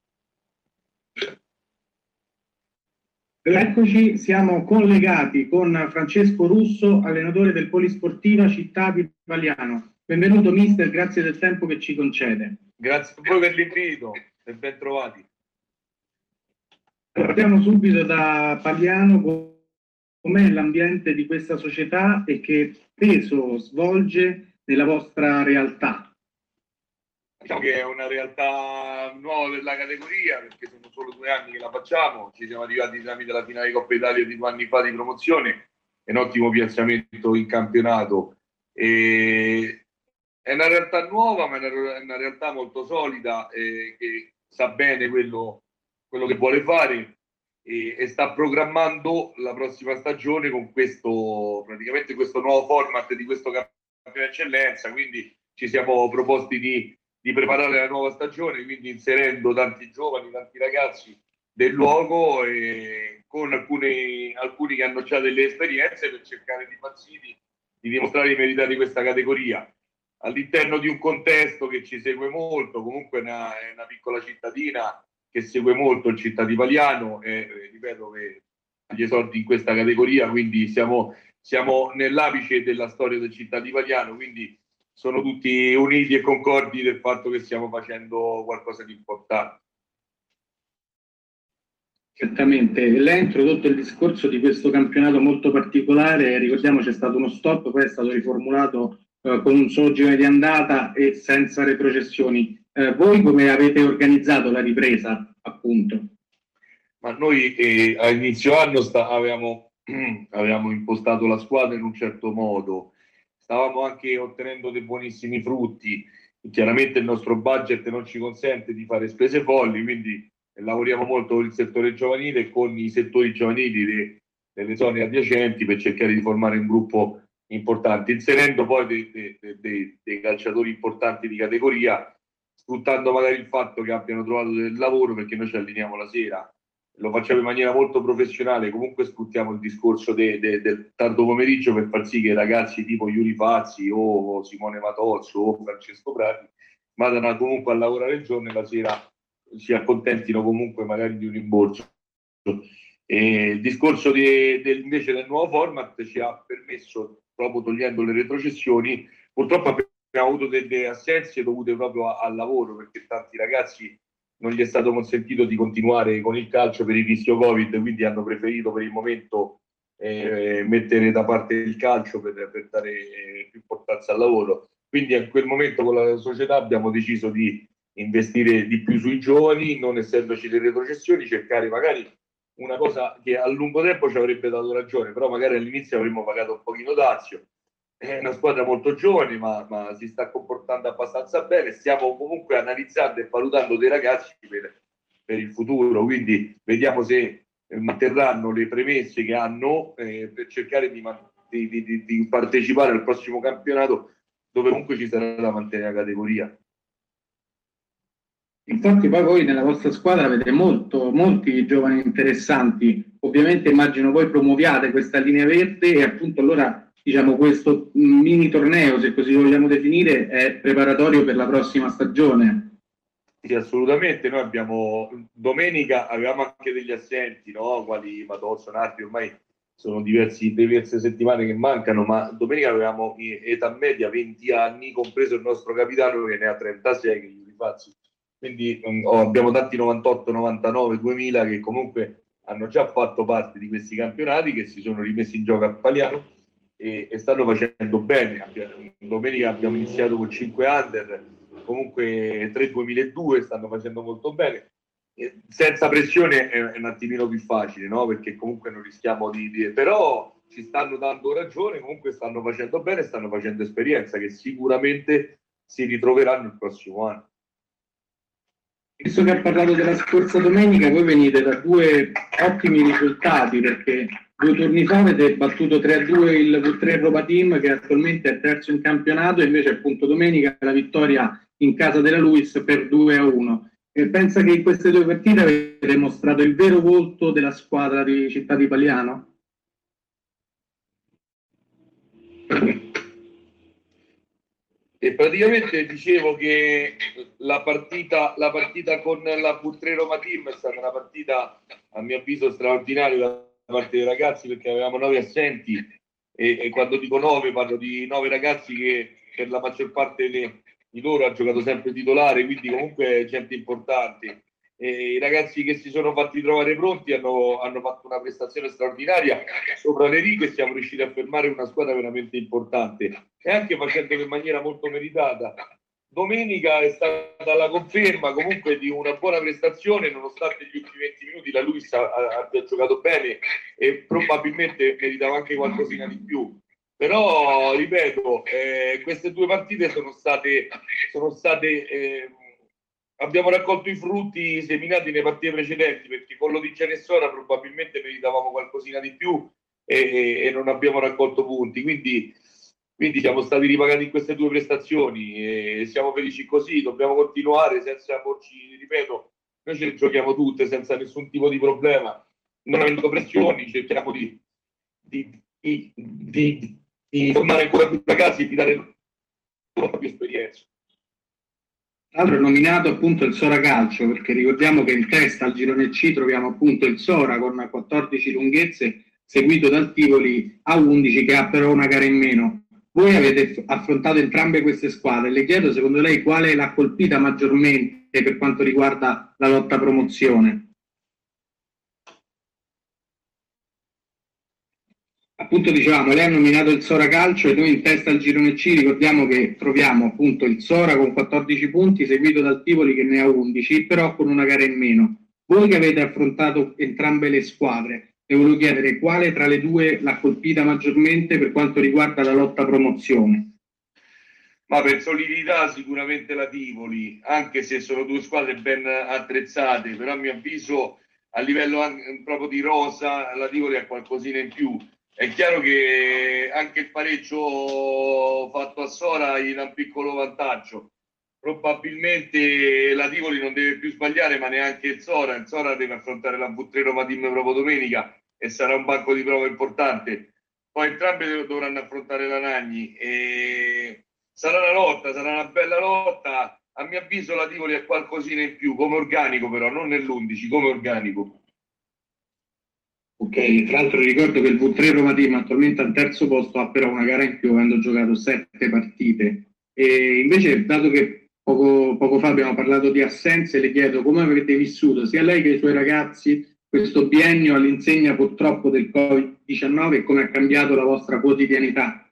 E: Eccoci, siamo collegati con Francesco Russo, allenatore del Polisportiva Città di Paliano. Benvenuto mister, grazie del tempo che ci concede.
D: Grazie a voi per l'invito e ben trovati.
E: Partiamo subito da Paliano. Com'è l'ambiente di questa società e che peso svolge nella vostra realtà?
D: Diciamo che è una realtà nuova della categoria, perché sono solo due anni che la facciamo. Ci siamo arrivati tramite la finale Coppa Italia di due anni fa di promozione e un ottimo piazzamento in campionato. E è una realtà nuova, ma è una realtà molto solida, eh, che sa bene quello, quello che vuole fare e, e sta programmando la prossima stagione con questo, praticamente questo nuovo format di questo campionato eccellenza. Quindi ci siamo proposti di di preparare la nuova stagione, quindi inserendo tanti giovani, tanti ragazzi del luogo e con alcuni, alcuni che hanno già delle esperienze per cercare di far sì di, di dimostrare i meritati di questa categoria all'interno di un contesto che ci segue molto. Comunque è una, è una piccola cittadina che segue molto il Città di Paliano e eh, ripeto che gli esordi in questa categoria, quindi siamo, siamo nell'apice della storia del Città di Paliano, quindi sono tutti uniti e concordi del fatto che stiamo facendo qualcosa di importante.
E: Certamente, lei ha introdotto il discorso di questo campionato molto particolare, ricordiamo c'è stato uno stop, poi è stato riformulato eh, con un solo girone di andata e senza retrocessioni. Eh, voi come avete organizzato la ripresa, appunto?
D: Ma noi eh, a inizio anno sta, avevamo, avevamo impostato la squadra in un certo modo. Stavamo anche ottenendo dei buonissimi frutti. Chiaramente il nostro budget non ci consente di fare spese folli, quindi lavoriamo molto con il settore giovanile e con i settori giovanili de, delle zone adiacenti per cercare di formare un gruppo importante, inserendo poi dei, dei, dei, dei calciatori importanti di categoria, sfruttando magari il fatto che abbiano trovato del lavoro, perché noi ci alleniamo la sera. Lo facciamo in maniera molto professionale, comunque sfruttiamo il discorso de, de, del tardo pomeriggio per far sì che ragazzi tipo Iuri Fazzi o Simone Matozzo o Francesco Prati vadano comunque a lavorare il giorno e la sera si accontentino comunque magari di un rimborso. E il discorso de, de, invece del nuovo format ci ha permesso, proprio togliendo le retrocessioni, purtroppo abbiamo avuto delle assenze dovute proprio a, al lavoro, perché tanti ragazzi non gli è stato consentito di continuare con il calcio per il rischio Covid, quindi hanno preferito per il momento eh, mettere da parte il calcio per, per dare eh, più importanza al lavoro. Quindi in quel momento con la società abbiamo deciso di investire di più sui giovani, non essendoci le retrocessioni, cercare magari una cosa che a lungo tempo ci avrebbe dato ragione, però magari all'inizio avremmo pagato un pochino dazio. È una squadra molto giovane, ma, ma si sta comportando abbastanza bene. Stiamo comunque analizzando e valutando dei ragazzi per, per il futuro, quindi vediamo se manterranno le premesse che hanno eh, per cercare di, di, di, di partecipare al prossimo campionato, dove comunque ci sarà da mantenere la categoria.
E: Infatti poi voi nella vostra squadra avete molto, molti giovani interessanti, ovviamente immagino voi promuoviate questa linea verde e appunto allora diciamo questo mini torneo, se così lo vogliamo definire, è preparatorio per la prossima stagione.
D: Sì, assolutamente. Noi abbiamo domenica avevamo anche degli assenti, no? Quali Matozzo, Nardi, ormai sono diversi, diverse settimane che mancano, ma domenica avevamo età media venti anni, compreso il nostro capitano che ne ha trentasei, che gli rifazzi. Quindi oh, abbiamo tanti novantotto, novantanove, duemila che comunque hanno già fatto parte di questi campionati, che si sono rimessi in gioco a Paliano e, e stanno facendo bene. Domenica abbiamo iniziato con cinque under, comunque tre duemiladue, stanno facendo molto bene. E senza pressione è, è un attimino più facile, no? Perché comunque non rischiamo di, di... però ci stanno dando ragione, comunque stanno facendo bene, stanno facendo esperienza che sicuramente si ritroveranno il prossimo anno.
E: Visto che ha parlato della scorsa domenica, voi venite da due ottimi risultati, perché due turni fa avete battuto tre a due il V tre Roma Team, che attualmente è terzo in campionato, e invece appunto domenica la vittoria in casa della Luis per due a uno. E pensa che in queste due partite avete mostrato il vero volto della squadra di Città di Paliano?
F: E praticamente dicevo che la partita, la partita con la V tre Roma Team è stata una partita, a mio avviso, straordinaria da parte dei ragazzi, perché avevamo nove assenti e, e quando dico nove parlo di nove ragazzi che per la maggior parte di, di loro ha giocato sempre titolare, quindi comunque gente importante. E i ragazzi che si sono fatti trovare pronti hanno, hanno fatto una prestazione straordinaria sopra le righe e siamo riusciti a fermare una squadra veramente importante, e anche facendolo in maniera molto meritata. Domenica è stata la conferma comunque di una buona prestazione, nonostante gli ultimi venti minuti la Luis abbia giocato bene e probabilmente meritava anche qualcosina di più. Però, ripeto, eh, queste due partite sono state, sono state eh, abbiamo raccolto i frutti seminati nei partite precedenti, perché con lo di Genessora probabilmente meritavamo qualcosina di più e, e non abbiamo raccolto punti, quindi, quindi siamo stati ripagati in queste due prestazioni e siamo felici così. Dobbiamo continuare senza porci, ripeto, noi ce le giochiamo tutte senza nessun tipo di problema, non avendo pressioni, cerchiamo di, di, di, di, di formare ancora più ragazzi e di dare una più esperienza.
E: Tra l'altro è nominato appunto il Sora Calcio, perché ricordiamo che in testa al girone C troviamo appunto il Sora con quattordici lunghezze, seguito dal Tivoli a undici, che ha però una gara in meno. Voi avete affrontato entrambe queste squadre, le chiedo secondo lei quale l'ha colpita maggiormente per quanto riguarda la lotta a promozione? Appunto dicevamo, lei ha nominato il Sora Calcio e noi in testa al girone C ricordiamo che troviamo appunto il Sora con quattordici punti, seguito dal Tivoli che ne ha undici, però con una gara in meno. Voi che avete affrontato entrambe le squadre, le volevo chiedere quale tra le due l'ha colpita maggiormente per quanto riguarda la lotta a promozione?
F: Ma per solidità sicuramente la Tivoli, anche se sono due squadre ben attrezzate, però a mio avviso a livello anche, proprio di rosa, la Tivoli ha qualcosina in più. È chiaro che anche il pareggio fatto a Sora gli dà un piccolo vantaggio. Probabilmente la Tivoli non deve più sbagliare, ma neanche il Sora. Il Sora deve affrontare la V tre Roma Team proprio domenica e sarà un banco di prova importante. Poi entrambe dovranno affrontare la Nagni e sarà una lotta, sarà una bella lotta. A mio avviso la Tivoli ha qualcosina in più, come organico però, non nell'undici, come organico.
E: Ok, tra l'altro ricordo che il V tre Roma Team attualmente al terzo posto ha però una gara in più, avendo giocato sette partite. E invece, dato che poco, poco fa abbiamo parlato di assenze, le chiedo come avete vissuto sia lei che i suoi ragazzi questo biennio all'insegna purtroppo del Covid diciannove e come ha cambiato la vostra quotidianità.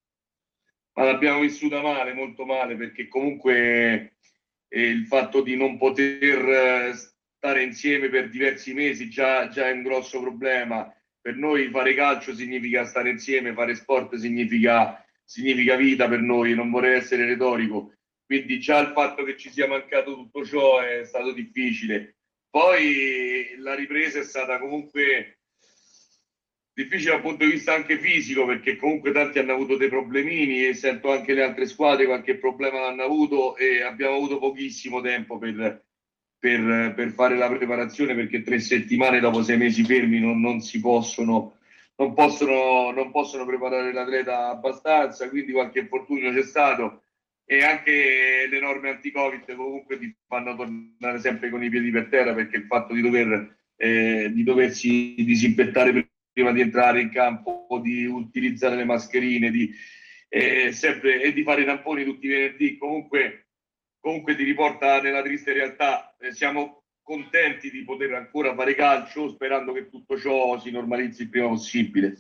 F: Ma l'abbiamo vissuta male, molto male, perché comunque eh, il fatto di non poter eh, stare insieme per diversi mesi già, già è un grosso problema. Per noi fare calcio significa stare insieme, fare sport significa, significa vita per noi, non vorrei essere retorico. Quindi già il fatto che ci sia mancato tutto ciò è stato difficile. Poi la ripresa è stata comunque difficile dal punto di vista anche fisico, perché comunque tanti hanno avuto dei problemini e sento anche le altre squadre qualche problema l'hanno avuto e abbiamo avuto pochissimo tempo per, per, per fare la preparazione, perché tre settimane dopo sei mesi fermi non, non si possono non possono, non possono preparare l'atleta abbastanza, quindi qualche infortunio c'è stato e anche le norme anti-Covid comunque ti fanno tornare sempre con i piedi per terra, perché il fatto di dover eh, di doversi disinfettare per prima di entrare in campo, di utilizzare le mascherine di, eh, sempre, e di fare i tamponi tutti i venerdì, comunque, comunque ti riporta nella triste realtà. Eh, siamo contenti di poter ancora fare calcio, sperando che tutto ciò si normalizzi il prima possibile.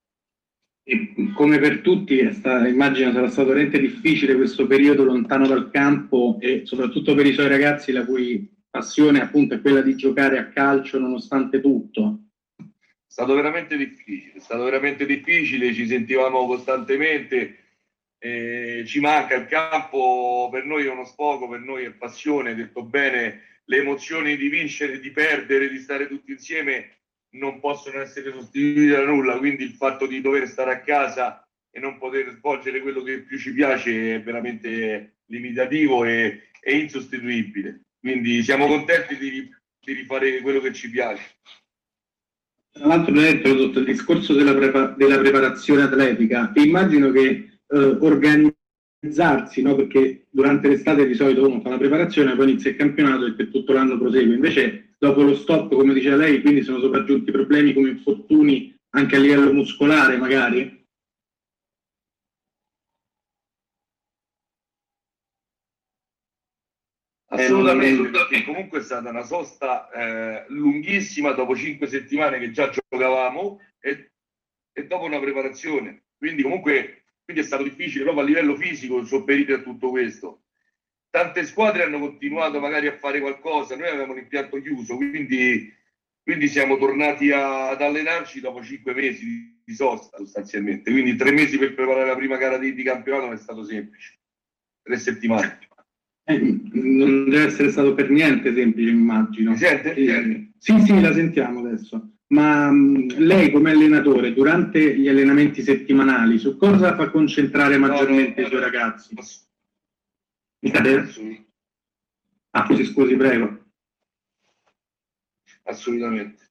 E: E come per tutti, è stato, immagino sarà stato veramente difficile questo periodo lontano dal campo e soprattutto per i suoi ragazzi la cui passione appunto è quella di giocare a calcio nonostante tutto.
F: È stato veramente difficile, è stato veramente difficile, ci sentivamo costantemente, eh, ci manca il campo, per noi è uno sfogo, per noi è passione, detto bene, le emozioni di vincere, di perdere, di stare tutti insieme non possono essere sostituiti da nulla, quindi il fatto di dover stare a casa e non poter svolgere quello che più ci piace è veramente limitativo e, e insostituibile. Quindi siamo contenti di, di rifare quello che ci piace.
E: Tra l'altro lei ha introdotto il discorso della, prepa- della preparazione atletica e immagino che eh, organizzarsi, no? Perché durante l'estate di solito uno fa la preparazione, poi inizia il campionato e per tutto l'anno prosegue. Invece dopo lo stop, come diceva lei, quindi sono sopraggiunti problemi come infortuni anche a livello muscolare magari?
F: Assolutamente, perché comunque è stata una sosta eh, lunghissima dopo cinque settimane che già giocavamo e, e dopo una preparazione. Quindi comunque quindi è stato difficile proprio a livello fisico sopperire a tutto questo. Tante squadre hanno continuato magari a fare qualcosa, noi avevamo l'impianto chiuso, quindi, quindi siamo tornati a, ad allenarci dopo cinque mesi di, di sosta sostanzialmente. Quindi tre mesi per preparare la prima gara di, di campionato non è stato semplice, tre settimane.
E: Eh, non deve essere stato per niente semplice, immagino.
F: Mi sente?
E: Eh, sì, sì, la sentiamo adesso. Ma mh, lei come allenatore, durante gli allenamenti settimanali, su cosa fa concentrare maggiormente no, no, i suoi ragazzi? Mi state? Ah, si scusi, prego.
F: Assolutamente.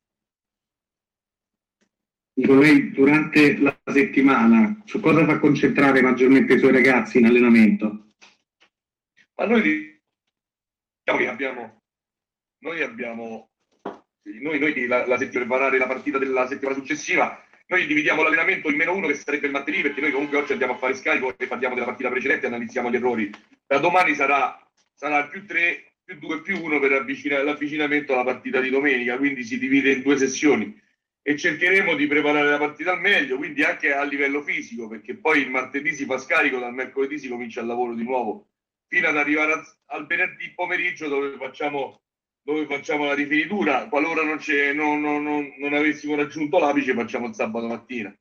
E: Dico, lei durante la settimana, su cosa fa concentrare maggiormente i suoi ragazzi in allenamento?
F: Ma noi, noi abbiamo, noi abbiamo, noi, noi la, la, per preparare la partita della settimana successiva, noi dividiamo l'allenamento in meno uno che sarebbe il martedì, perché noi comunque oggi andiamo a fare scarico e parliamo della partita precedente e analizziamo gli errori. Da domani sarà, sarà più tre, più due, più uno per avvicinare l'avvicinamento alla partita di domenica, quindi si divide in due sessioni e cercheremo di preparare la partita al meglio, quindi anche a livello fisico, perché poi il martedì si fa scarico, dal mercoledì si comincia il lavoro di nuovo, fino ad arrivare al, al venerdì pomeriggio dove facciamo, dove facciamo la rifinitura. Qualora non, non, non, non, non avessimo raggiunto l'apice, facciamo il sabato mattina.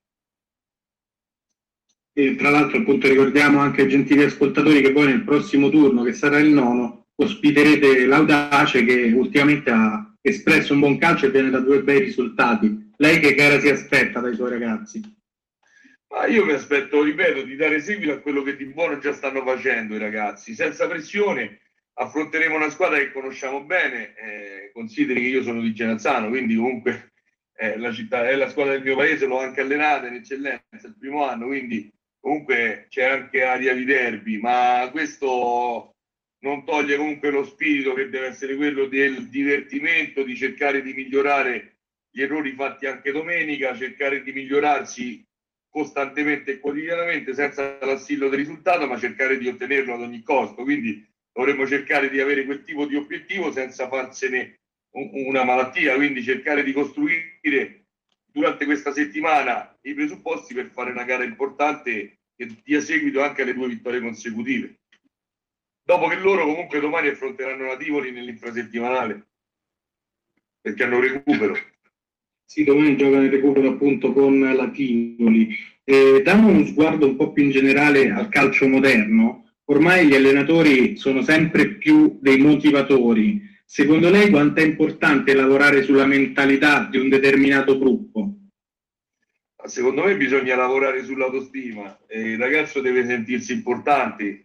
E: E tra l'altro, appunto, ricordiamo anche ai gentili ascoltatori che voi nel prossimo turno, che sarà il nono, ospiterete l'Audace, che ultimamente ha espresso un buon calcio e viene da due bei risultati. Lei che gara si aspetta dai suoi ragazzi?
F: Ma io mi aspetto, ripeto, di dare seguito a quello che di buono già stanno facendo i ragazzi, senza pressione. Affronteremo una squadra che conosciamo bene, eh, consideri che io sono di Genazzano, quindi comunque eh, la città è la squadra del mio paese, l'ho anche allenata in eccellenza il primo anno, quindi comunque c'è anche aria di derby, ma questo non toglie comunque lo spirito che deve essere quello del divertimento, di cercare di migliorare gli errori fatti anche domenica, cercare di migliorarsi costantemente e quotidianamente senza l'assillo del risultato, ma cercare di ottenerlo ad ogni costo. Quindi dovremmo cercare di avere quel tipo di obiettivo senza farsene un, una malattia, quindi cercare di costruire durante questa settimana i presupposti per fare una gara importante che dia seguito anche alle due vittorie consecutive. Dopo che loro comunque domani affronteranno la Tivoli nell'infrasettimanale, perché hanno recupero.
E: Sì, domani giocano in recupero appunto con la Tivoli. Eh, dando uno sguardo un po' più in generale al calcio moderno, ormai gli allenatori sono sempre più dei motivatori. Secondo lei quanto è importante lavorare sulla mentalità di un determinato gruppo?
F: Secondo me bisogna lavorare sull'autostima. Eh, il ragazzo deve sentirsi importante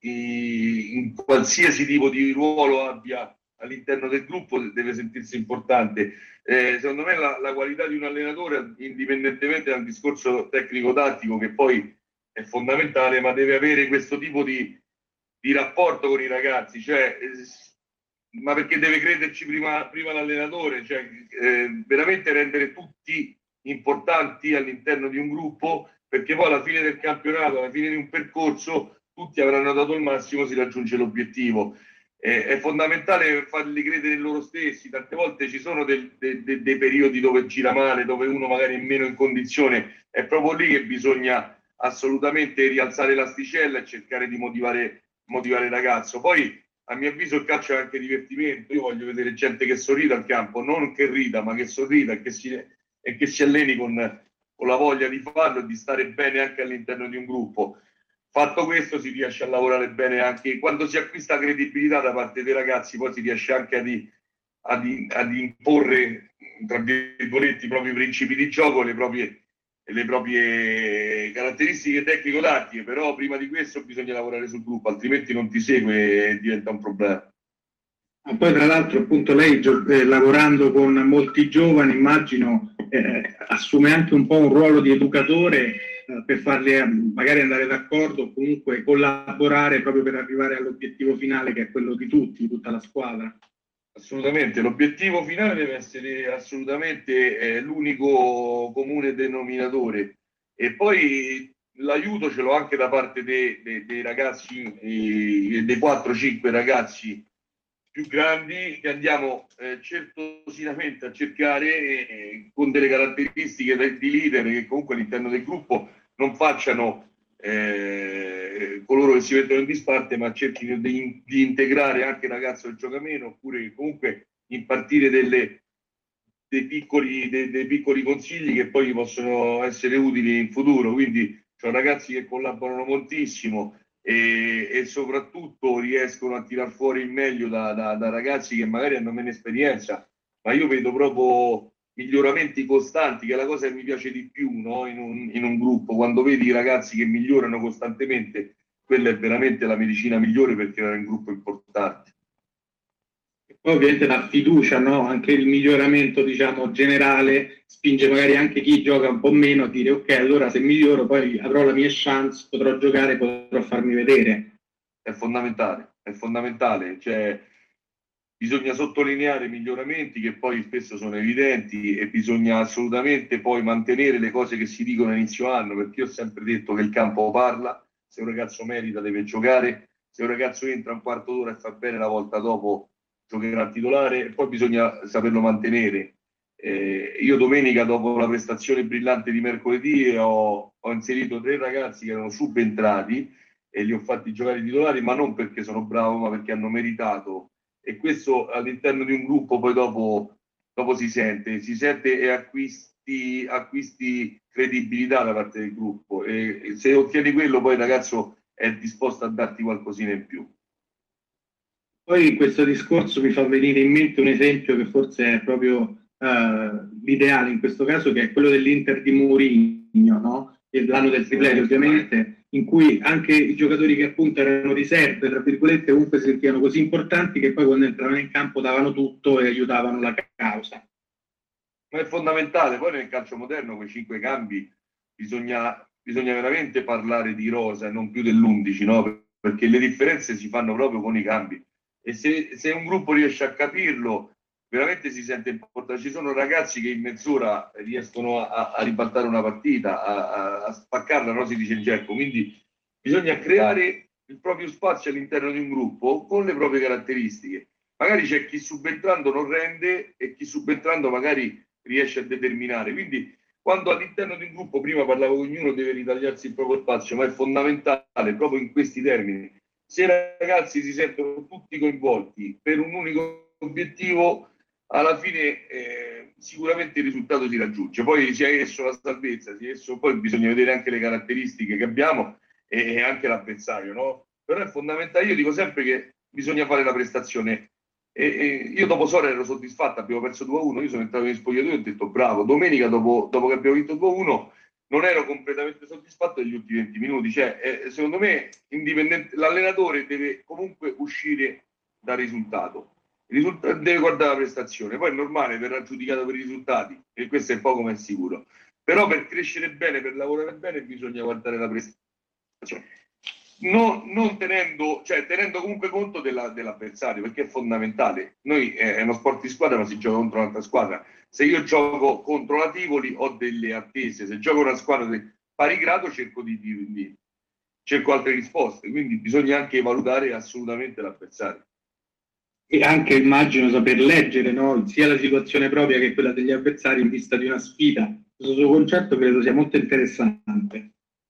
F: in qualsiasi tipo di ruolo abbia all'interno del gruppo, deve sentirsi importante. Eh, secondo me la, la qualità di un allenatore, indipendentemente dal discorso tecnico-tattico, che poi è fondamentale, ma deve avere questo tipo di, di rapporto con i ragazzi, cioè, eh, ma perché deve crederci prima, prima l'allenatore, cioè eh, veramente rendere tutti importanti all'interno di un gruppo, perché poi alla fine del campionato, alla fine di un percorso, tutti avranno dato il massimo, si raggiunge l'obiettivo. Eh, è fondamentale farli credere in loro stessi. Tante volte ci sono del, de, de, dei periodi dove gira male, dove uno magari è meno in condizione, è proprio lì che bisogna assolutamente rialzare l'asticella e cercare di motivare, motivare il ragazzo. Poi a mio avviso il calcio è anche divertimento, io voglio vedere gente che sorrida al campo, non che rida, ma che sorrida e che si, e che si alleni con, con la voglia di farlo e di stare bene anche all'interno di un gruppo. Fatto questo si riesce a lavorare bene anche quando si acquista credibilità da parte dei ragazzi, poi si riesce anche a, di, ad, ad imporre, tra virgolette, i propri principi di gioco, le proprie, le proprie caratteristiche tecnico-tattiche, però prima di questo bisogna lavorare sul gruppo, altrimenti non ti segue e diventa un problema.
E: Ma poi tra l'altro appunto lei eh, lavorando con molti giovani immagino eh, assume anche un po' un ruolo di educatore eh, per farli eh, magari andare d'accordo o comunque collaborare proprio per arrivare all'obiettivo finale che è quello di tutti, di tutta la squadra.
F: Assolutamente, l'obiettivo finale deve essere assolutamente eh, l'unico comune denominatore e poi l'aiuto ce l'ho anche da parte dei, dei, dei ragazzi, eh, dei quattro cinque ragazzi più grandi che andiamo eh, certosamente a cercare eh, con delle caratteristiche di leader che comunque all'interno del gruppo non facciano eh, coloro che si mettono in disparte, ma cerchino di, di integrare anche il ragazzo che gioca meno, oppure comunque impartire delle, dei, piccoli, dei, dei piccoli consigli che poi possono essere utili in futuro. Quindi sono ragazzi che collaborano moltissimo e, e soprattutto riescono a tirar fuori il meglio da, da, da ragazzi che magari hanno meno esperienza, ma io vedo proprio miglioramenti costanti, che è la cosa che mi piace di più, no? in, un, in un gruppo, quando vedi i ragazzi che migliorano costantemente, quella è veramente la medicina migliore per creare un gruppo importante.
E: Poi ovviamente la fiducia, no? Anche il miglioramento diciamo generale spinge magari anche chi gioca un po' meno a dire ok, allora se miglioro poi avrò la mia chance, potrò giocare, potrò farmi vedere.
F: È fondamentale, è fondamentale, cioè bisogna sottolineare i miglioramenti che poi spesso sono evidenti e bisogna assolutamente poi mantenere le cose che si dicono a inizio anno, perché io ho sempre detto che il campo parla, se un ragazzo merita deve giocare, se un ragazzo entra un quarto d'ora e fa bene la volta dopo giocherà titolare e poi bisogna saperlo mantenere. Eh, io domenica dopo la prestazione brillante di mercoledì ho, ho inserito tre ragazzi che erano subentrati e li ho fatti giocare titolari, ma non perché sono bravo, ma perché hanno meritato. E questo all'interno di un gruppo poi dopo, dopo si sente, si sente e acquisti, acquisti credibilità da parte del gruppo e, e se ottieni quello poi il ragazzo è disposto a darti qualcosina in più.
E: Poi in questo discorso mi fa venire in mente un esempio che forse è proprio eh, l'ideale in questo caso, che è quello dell'Inter di Mourinho, no? L'anno del triplete ovviamente, in cui anche i giocatori che appunto erano riserve, tra virgolette, comunque si sentivano così importanti che poi quando entravano in campo davano tutto e aiutavano la causa.
F: Ma è fondamentale, poi nel calcio moderno con i cinque cambi bisogna, bisogna veramente parlare di rosa e non più dell'undici, no? Perché le differenze si fanno proprio con i cambi e se, se un gruppo riesce a capirlo veramente si sente importante. Ci sono ragazzi che in mezz'ora riescono a, a ribaltare una partita, a, a spaccarla, no? Si dice in gergo. Quindi bisogna creare il proprio spazio all'interno di un gruppo con le proprie caratteristiche. Magari c'è chi subentrando non rende e chi subentrando magari riesce a determinare. Quindi quando all'interno di un gruppo, prima parlavo che ognuno deve ritagliarsi il proprio spazio, ma è fondamentale proprio in questi termini. Se i ragazzi si sentono tutti coinvolti per un unico obiettivo, alla fine eh, sicuramente il risultato si raggiunge. Poi sia esso la salvezza, sia esso, poi bisogna vedere anche le caratteristiche che abbiamo e anche l'avversario, no? Però è fondamentale, io dico sempre che bisogna fare la prestazione. E, e io dopo Sora ero soddisfatto, abbiamo perso due a uno, io sono entrato in spogliatoio e ho detto bravo. Domenica dopo, dopo che abbiamo vinto due a uno non ero completamente soddisfatto degli ultimi venti minuti, cioè eh, secondo me indipendente, l'allenatore deve comunque uscire dal risultato. Risulta- deve guardare la prestazione, poi è normale, verrà giudicato per i risultati e questo è poco ma è sicuro, però per crescere bene, per lavorare bene bisogna guardare la prestazione, non, non tenendo, cioè tenendo comunque conto della, dell'avversario, perché è fondamentale. Noi eh, è uno sport di squadra ma si gioca contro un'altra squadra. Se io gioco contro la Tivoli ho delle attese, se gioco una squadra di pari grado cerco di, di, di cerco altre risposte, quindi bisogna anche valutare assolutamente l'avversario.
E: E anche immagino saper leggere, no? Sia la situazione propria che quella degli avversari in vista di una sfida. Questo suo concetto credo sia molto interessante.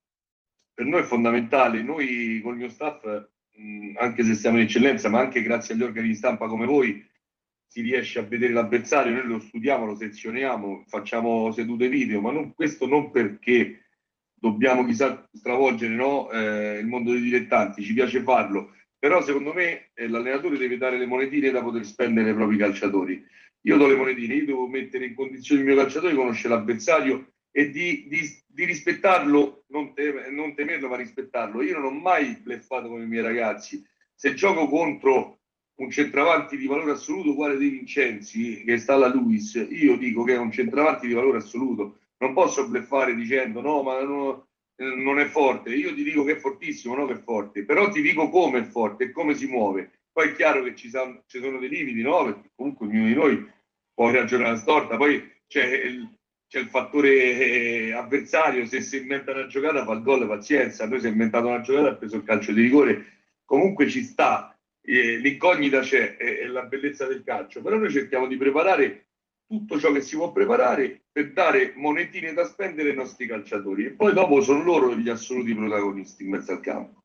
F: Per noi è fondamentale, noi con il mio staff, mh, anche se siamo in eccellenza, ma anche grazie agli organi di stampa come voi, si riesce a vedere l'avversario, noi lo studiamo, lo sezioniamo, facciamo sedute video, ma non, questo non perché dobbiamo chissà stravolgere, no? eh, il mondo dei dilettanti, ci piace farlo, però secondo me eh, l'allenatore deve dare le monetine da poter spendere ai propri calciatori. Io do le monetine, io devo mettere in condizione il mio calciatore di conoscere l'avversario e di, di, di rispettarlo, non, te, non temerlo, ma rispettarlo. Io non ho mai bleffato con i miei ragazzi. Se gioco contro un centravanti di valore assoluto quale De Vincenzi, che sta alla Luis, io dico che è un centravanti di valore assoluto. Non posso bleffare dicendo no, ma no, eh, non è forte. Io ti dico che è fortissimo, no che è forte, però ti dico come è forte e come si muove. Poi è chiaro che ci, san, ci sono dei limiti, no? Perché comunque ognuno di noi può ragionare storta. Poi c'è il, c'è il fattore eh, avversario, se si inventa una giocata fa il gol, pazienza. Noi si è inventato una giocata, ha preso il calcio di rigore. Comunque ci sta, eh, l'incognita c'è, è, è la bellezza del calcio, però noi cerchiamo di preparare tutto ciò che si può preparare per dare monetine da spendere ai nostri calciatori e poi dopo sono loro gli assoluti protagonisti in mezzo al campo.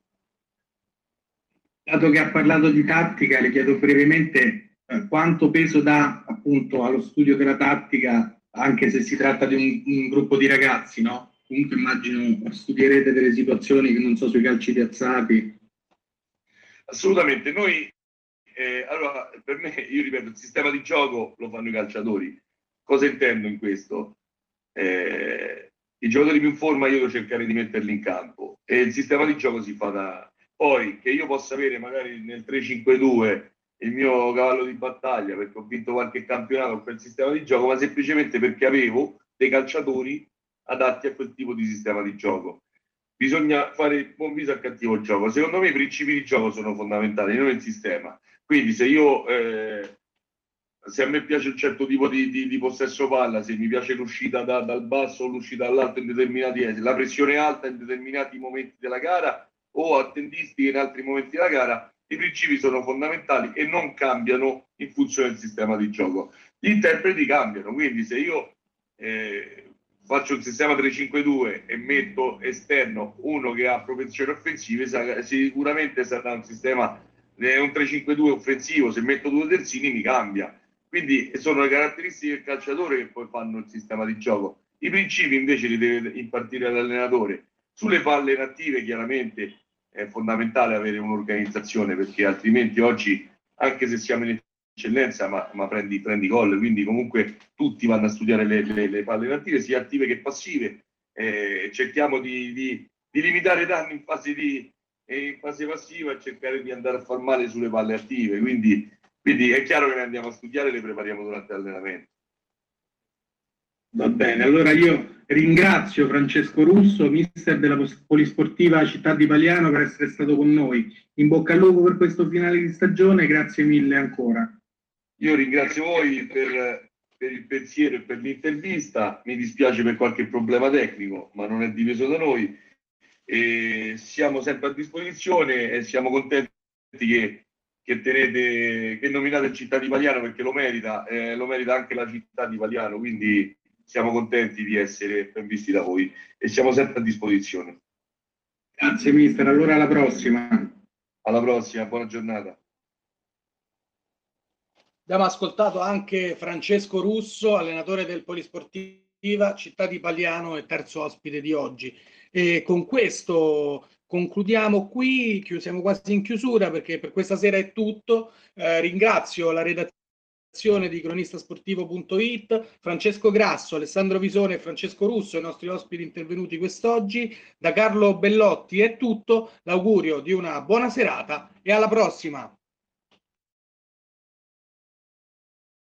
E: Dato che ha parlato di tattica, le chiedo brevemente eh, quanto peso dà appunto allo studio della tattica, anche se si tratta di un, un gruppo di ragazzi, no? Comunque immagino studierete delle situazioni che non so sui calci piazzati.
F: Assolutamente, noi eh, allora per me, io ripeto, il sistema di gioco lo fanno i calciatori. Cosa intendo in questo? Eh, i giocatori più in forma io devo cercare di metterli in campo e il sistema di gioco si fa da... Poi che io possa avere magari nel tre cinque due il mio cavallo di battaglia perché ho vinto qualche campionato con quel sistema di gioco, ma semplicemente perché avevo dei calciatori adatti a quel tipo di sistema di gioco. Bisogna fare buon viso al cattivo gioco. Secondo me i principi di gioco sono fondamentali, non il sistema. Quindi se io eh, se a me piace un certo tipo di, di, di possesso palla, se mi piace l'uscita da, dal basso o l'uscita dall'alto in determinati esiti, la pressione alta in determinati momenti della gara o attendistiche in altri momenti della gara, i principi sono fondamentali e non cambiano in funzione del sistema di gioco. Gli interpreti cambiano, quindi se io eh, faccio un sistema tre cinque due e metto esterno uno che ha propensioni offensive, sicuramente sarà un sistema, è un tre cinque due offensivo, se metto due terzini mi cambia. Quindi sono le caratteristiche del calciatore che poi fanno il sistema di gioco. I principi invece li deve impartire l'allenatore. Sulle palle inattive chiaramente è fondamentale avere un'organizzazione perché altrimenti oggi, anche se siamo in eccellenza, ma, ma prendi, prendi gol, quindi comunque tutti vanno a studiare le, le, le palle inattive, sia attive che passive. Eh, cerchiamo di, di, di limitare i danni in fase, di, in fase passiva e cercare di andare a far male sulle palle attive. Quindi, quindi è chiaro che ne andiamo a studiare e le prepariamo durante l'allenamento.
E: Va bene, allora io ringrazio Francesco Russo, mister della Polisportiva Città di Paliano, per essere stato con noi. In bocca al lupo per questo finale di stagione, grazie mille ancora.
F: Io ringrazio voi per, per il pensiero e per l'intervista, mi dispiace per qualche problema tecnico, ma non è dipeso da noi. E siamo sempre a disposizione e siamo contenti che, che, tenete, che nominate il Città di Paliano perché lo merita, eh, lo merita anche la Città di Paliano, quindi siamo contenti di essere ben visti da voi e siamo sempre a disposizione.
E: Grazie mister, allora alla prossima.
F: Alla prossima, buona giornata.
A: Abbiamo ascoltato anche Francesco Russo, allenatore del Polisportiva Città di Paliano e terzo ospite di oggi. E con questo concludiamo qui, siamo quasi in chiusura perché per questa sera è tutto. Eh, ringrazio la redazione di cronistasportivo punto it, Francesco Grasso, Alessandro Visone e Francesco Russo, i nostri ospiti intervenuti quest'oggi. Da Carlo Bellotti è tutto, l'augurio di una buona serata e alla prossima.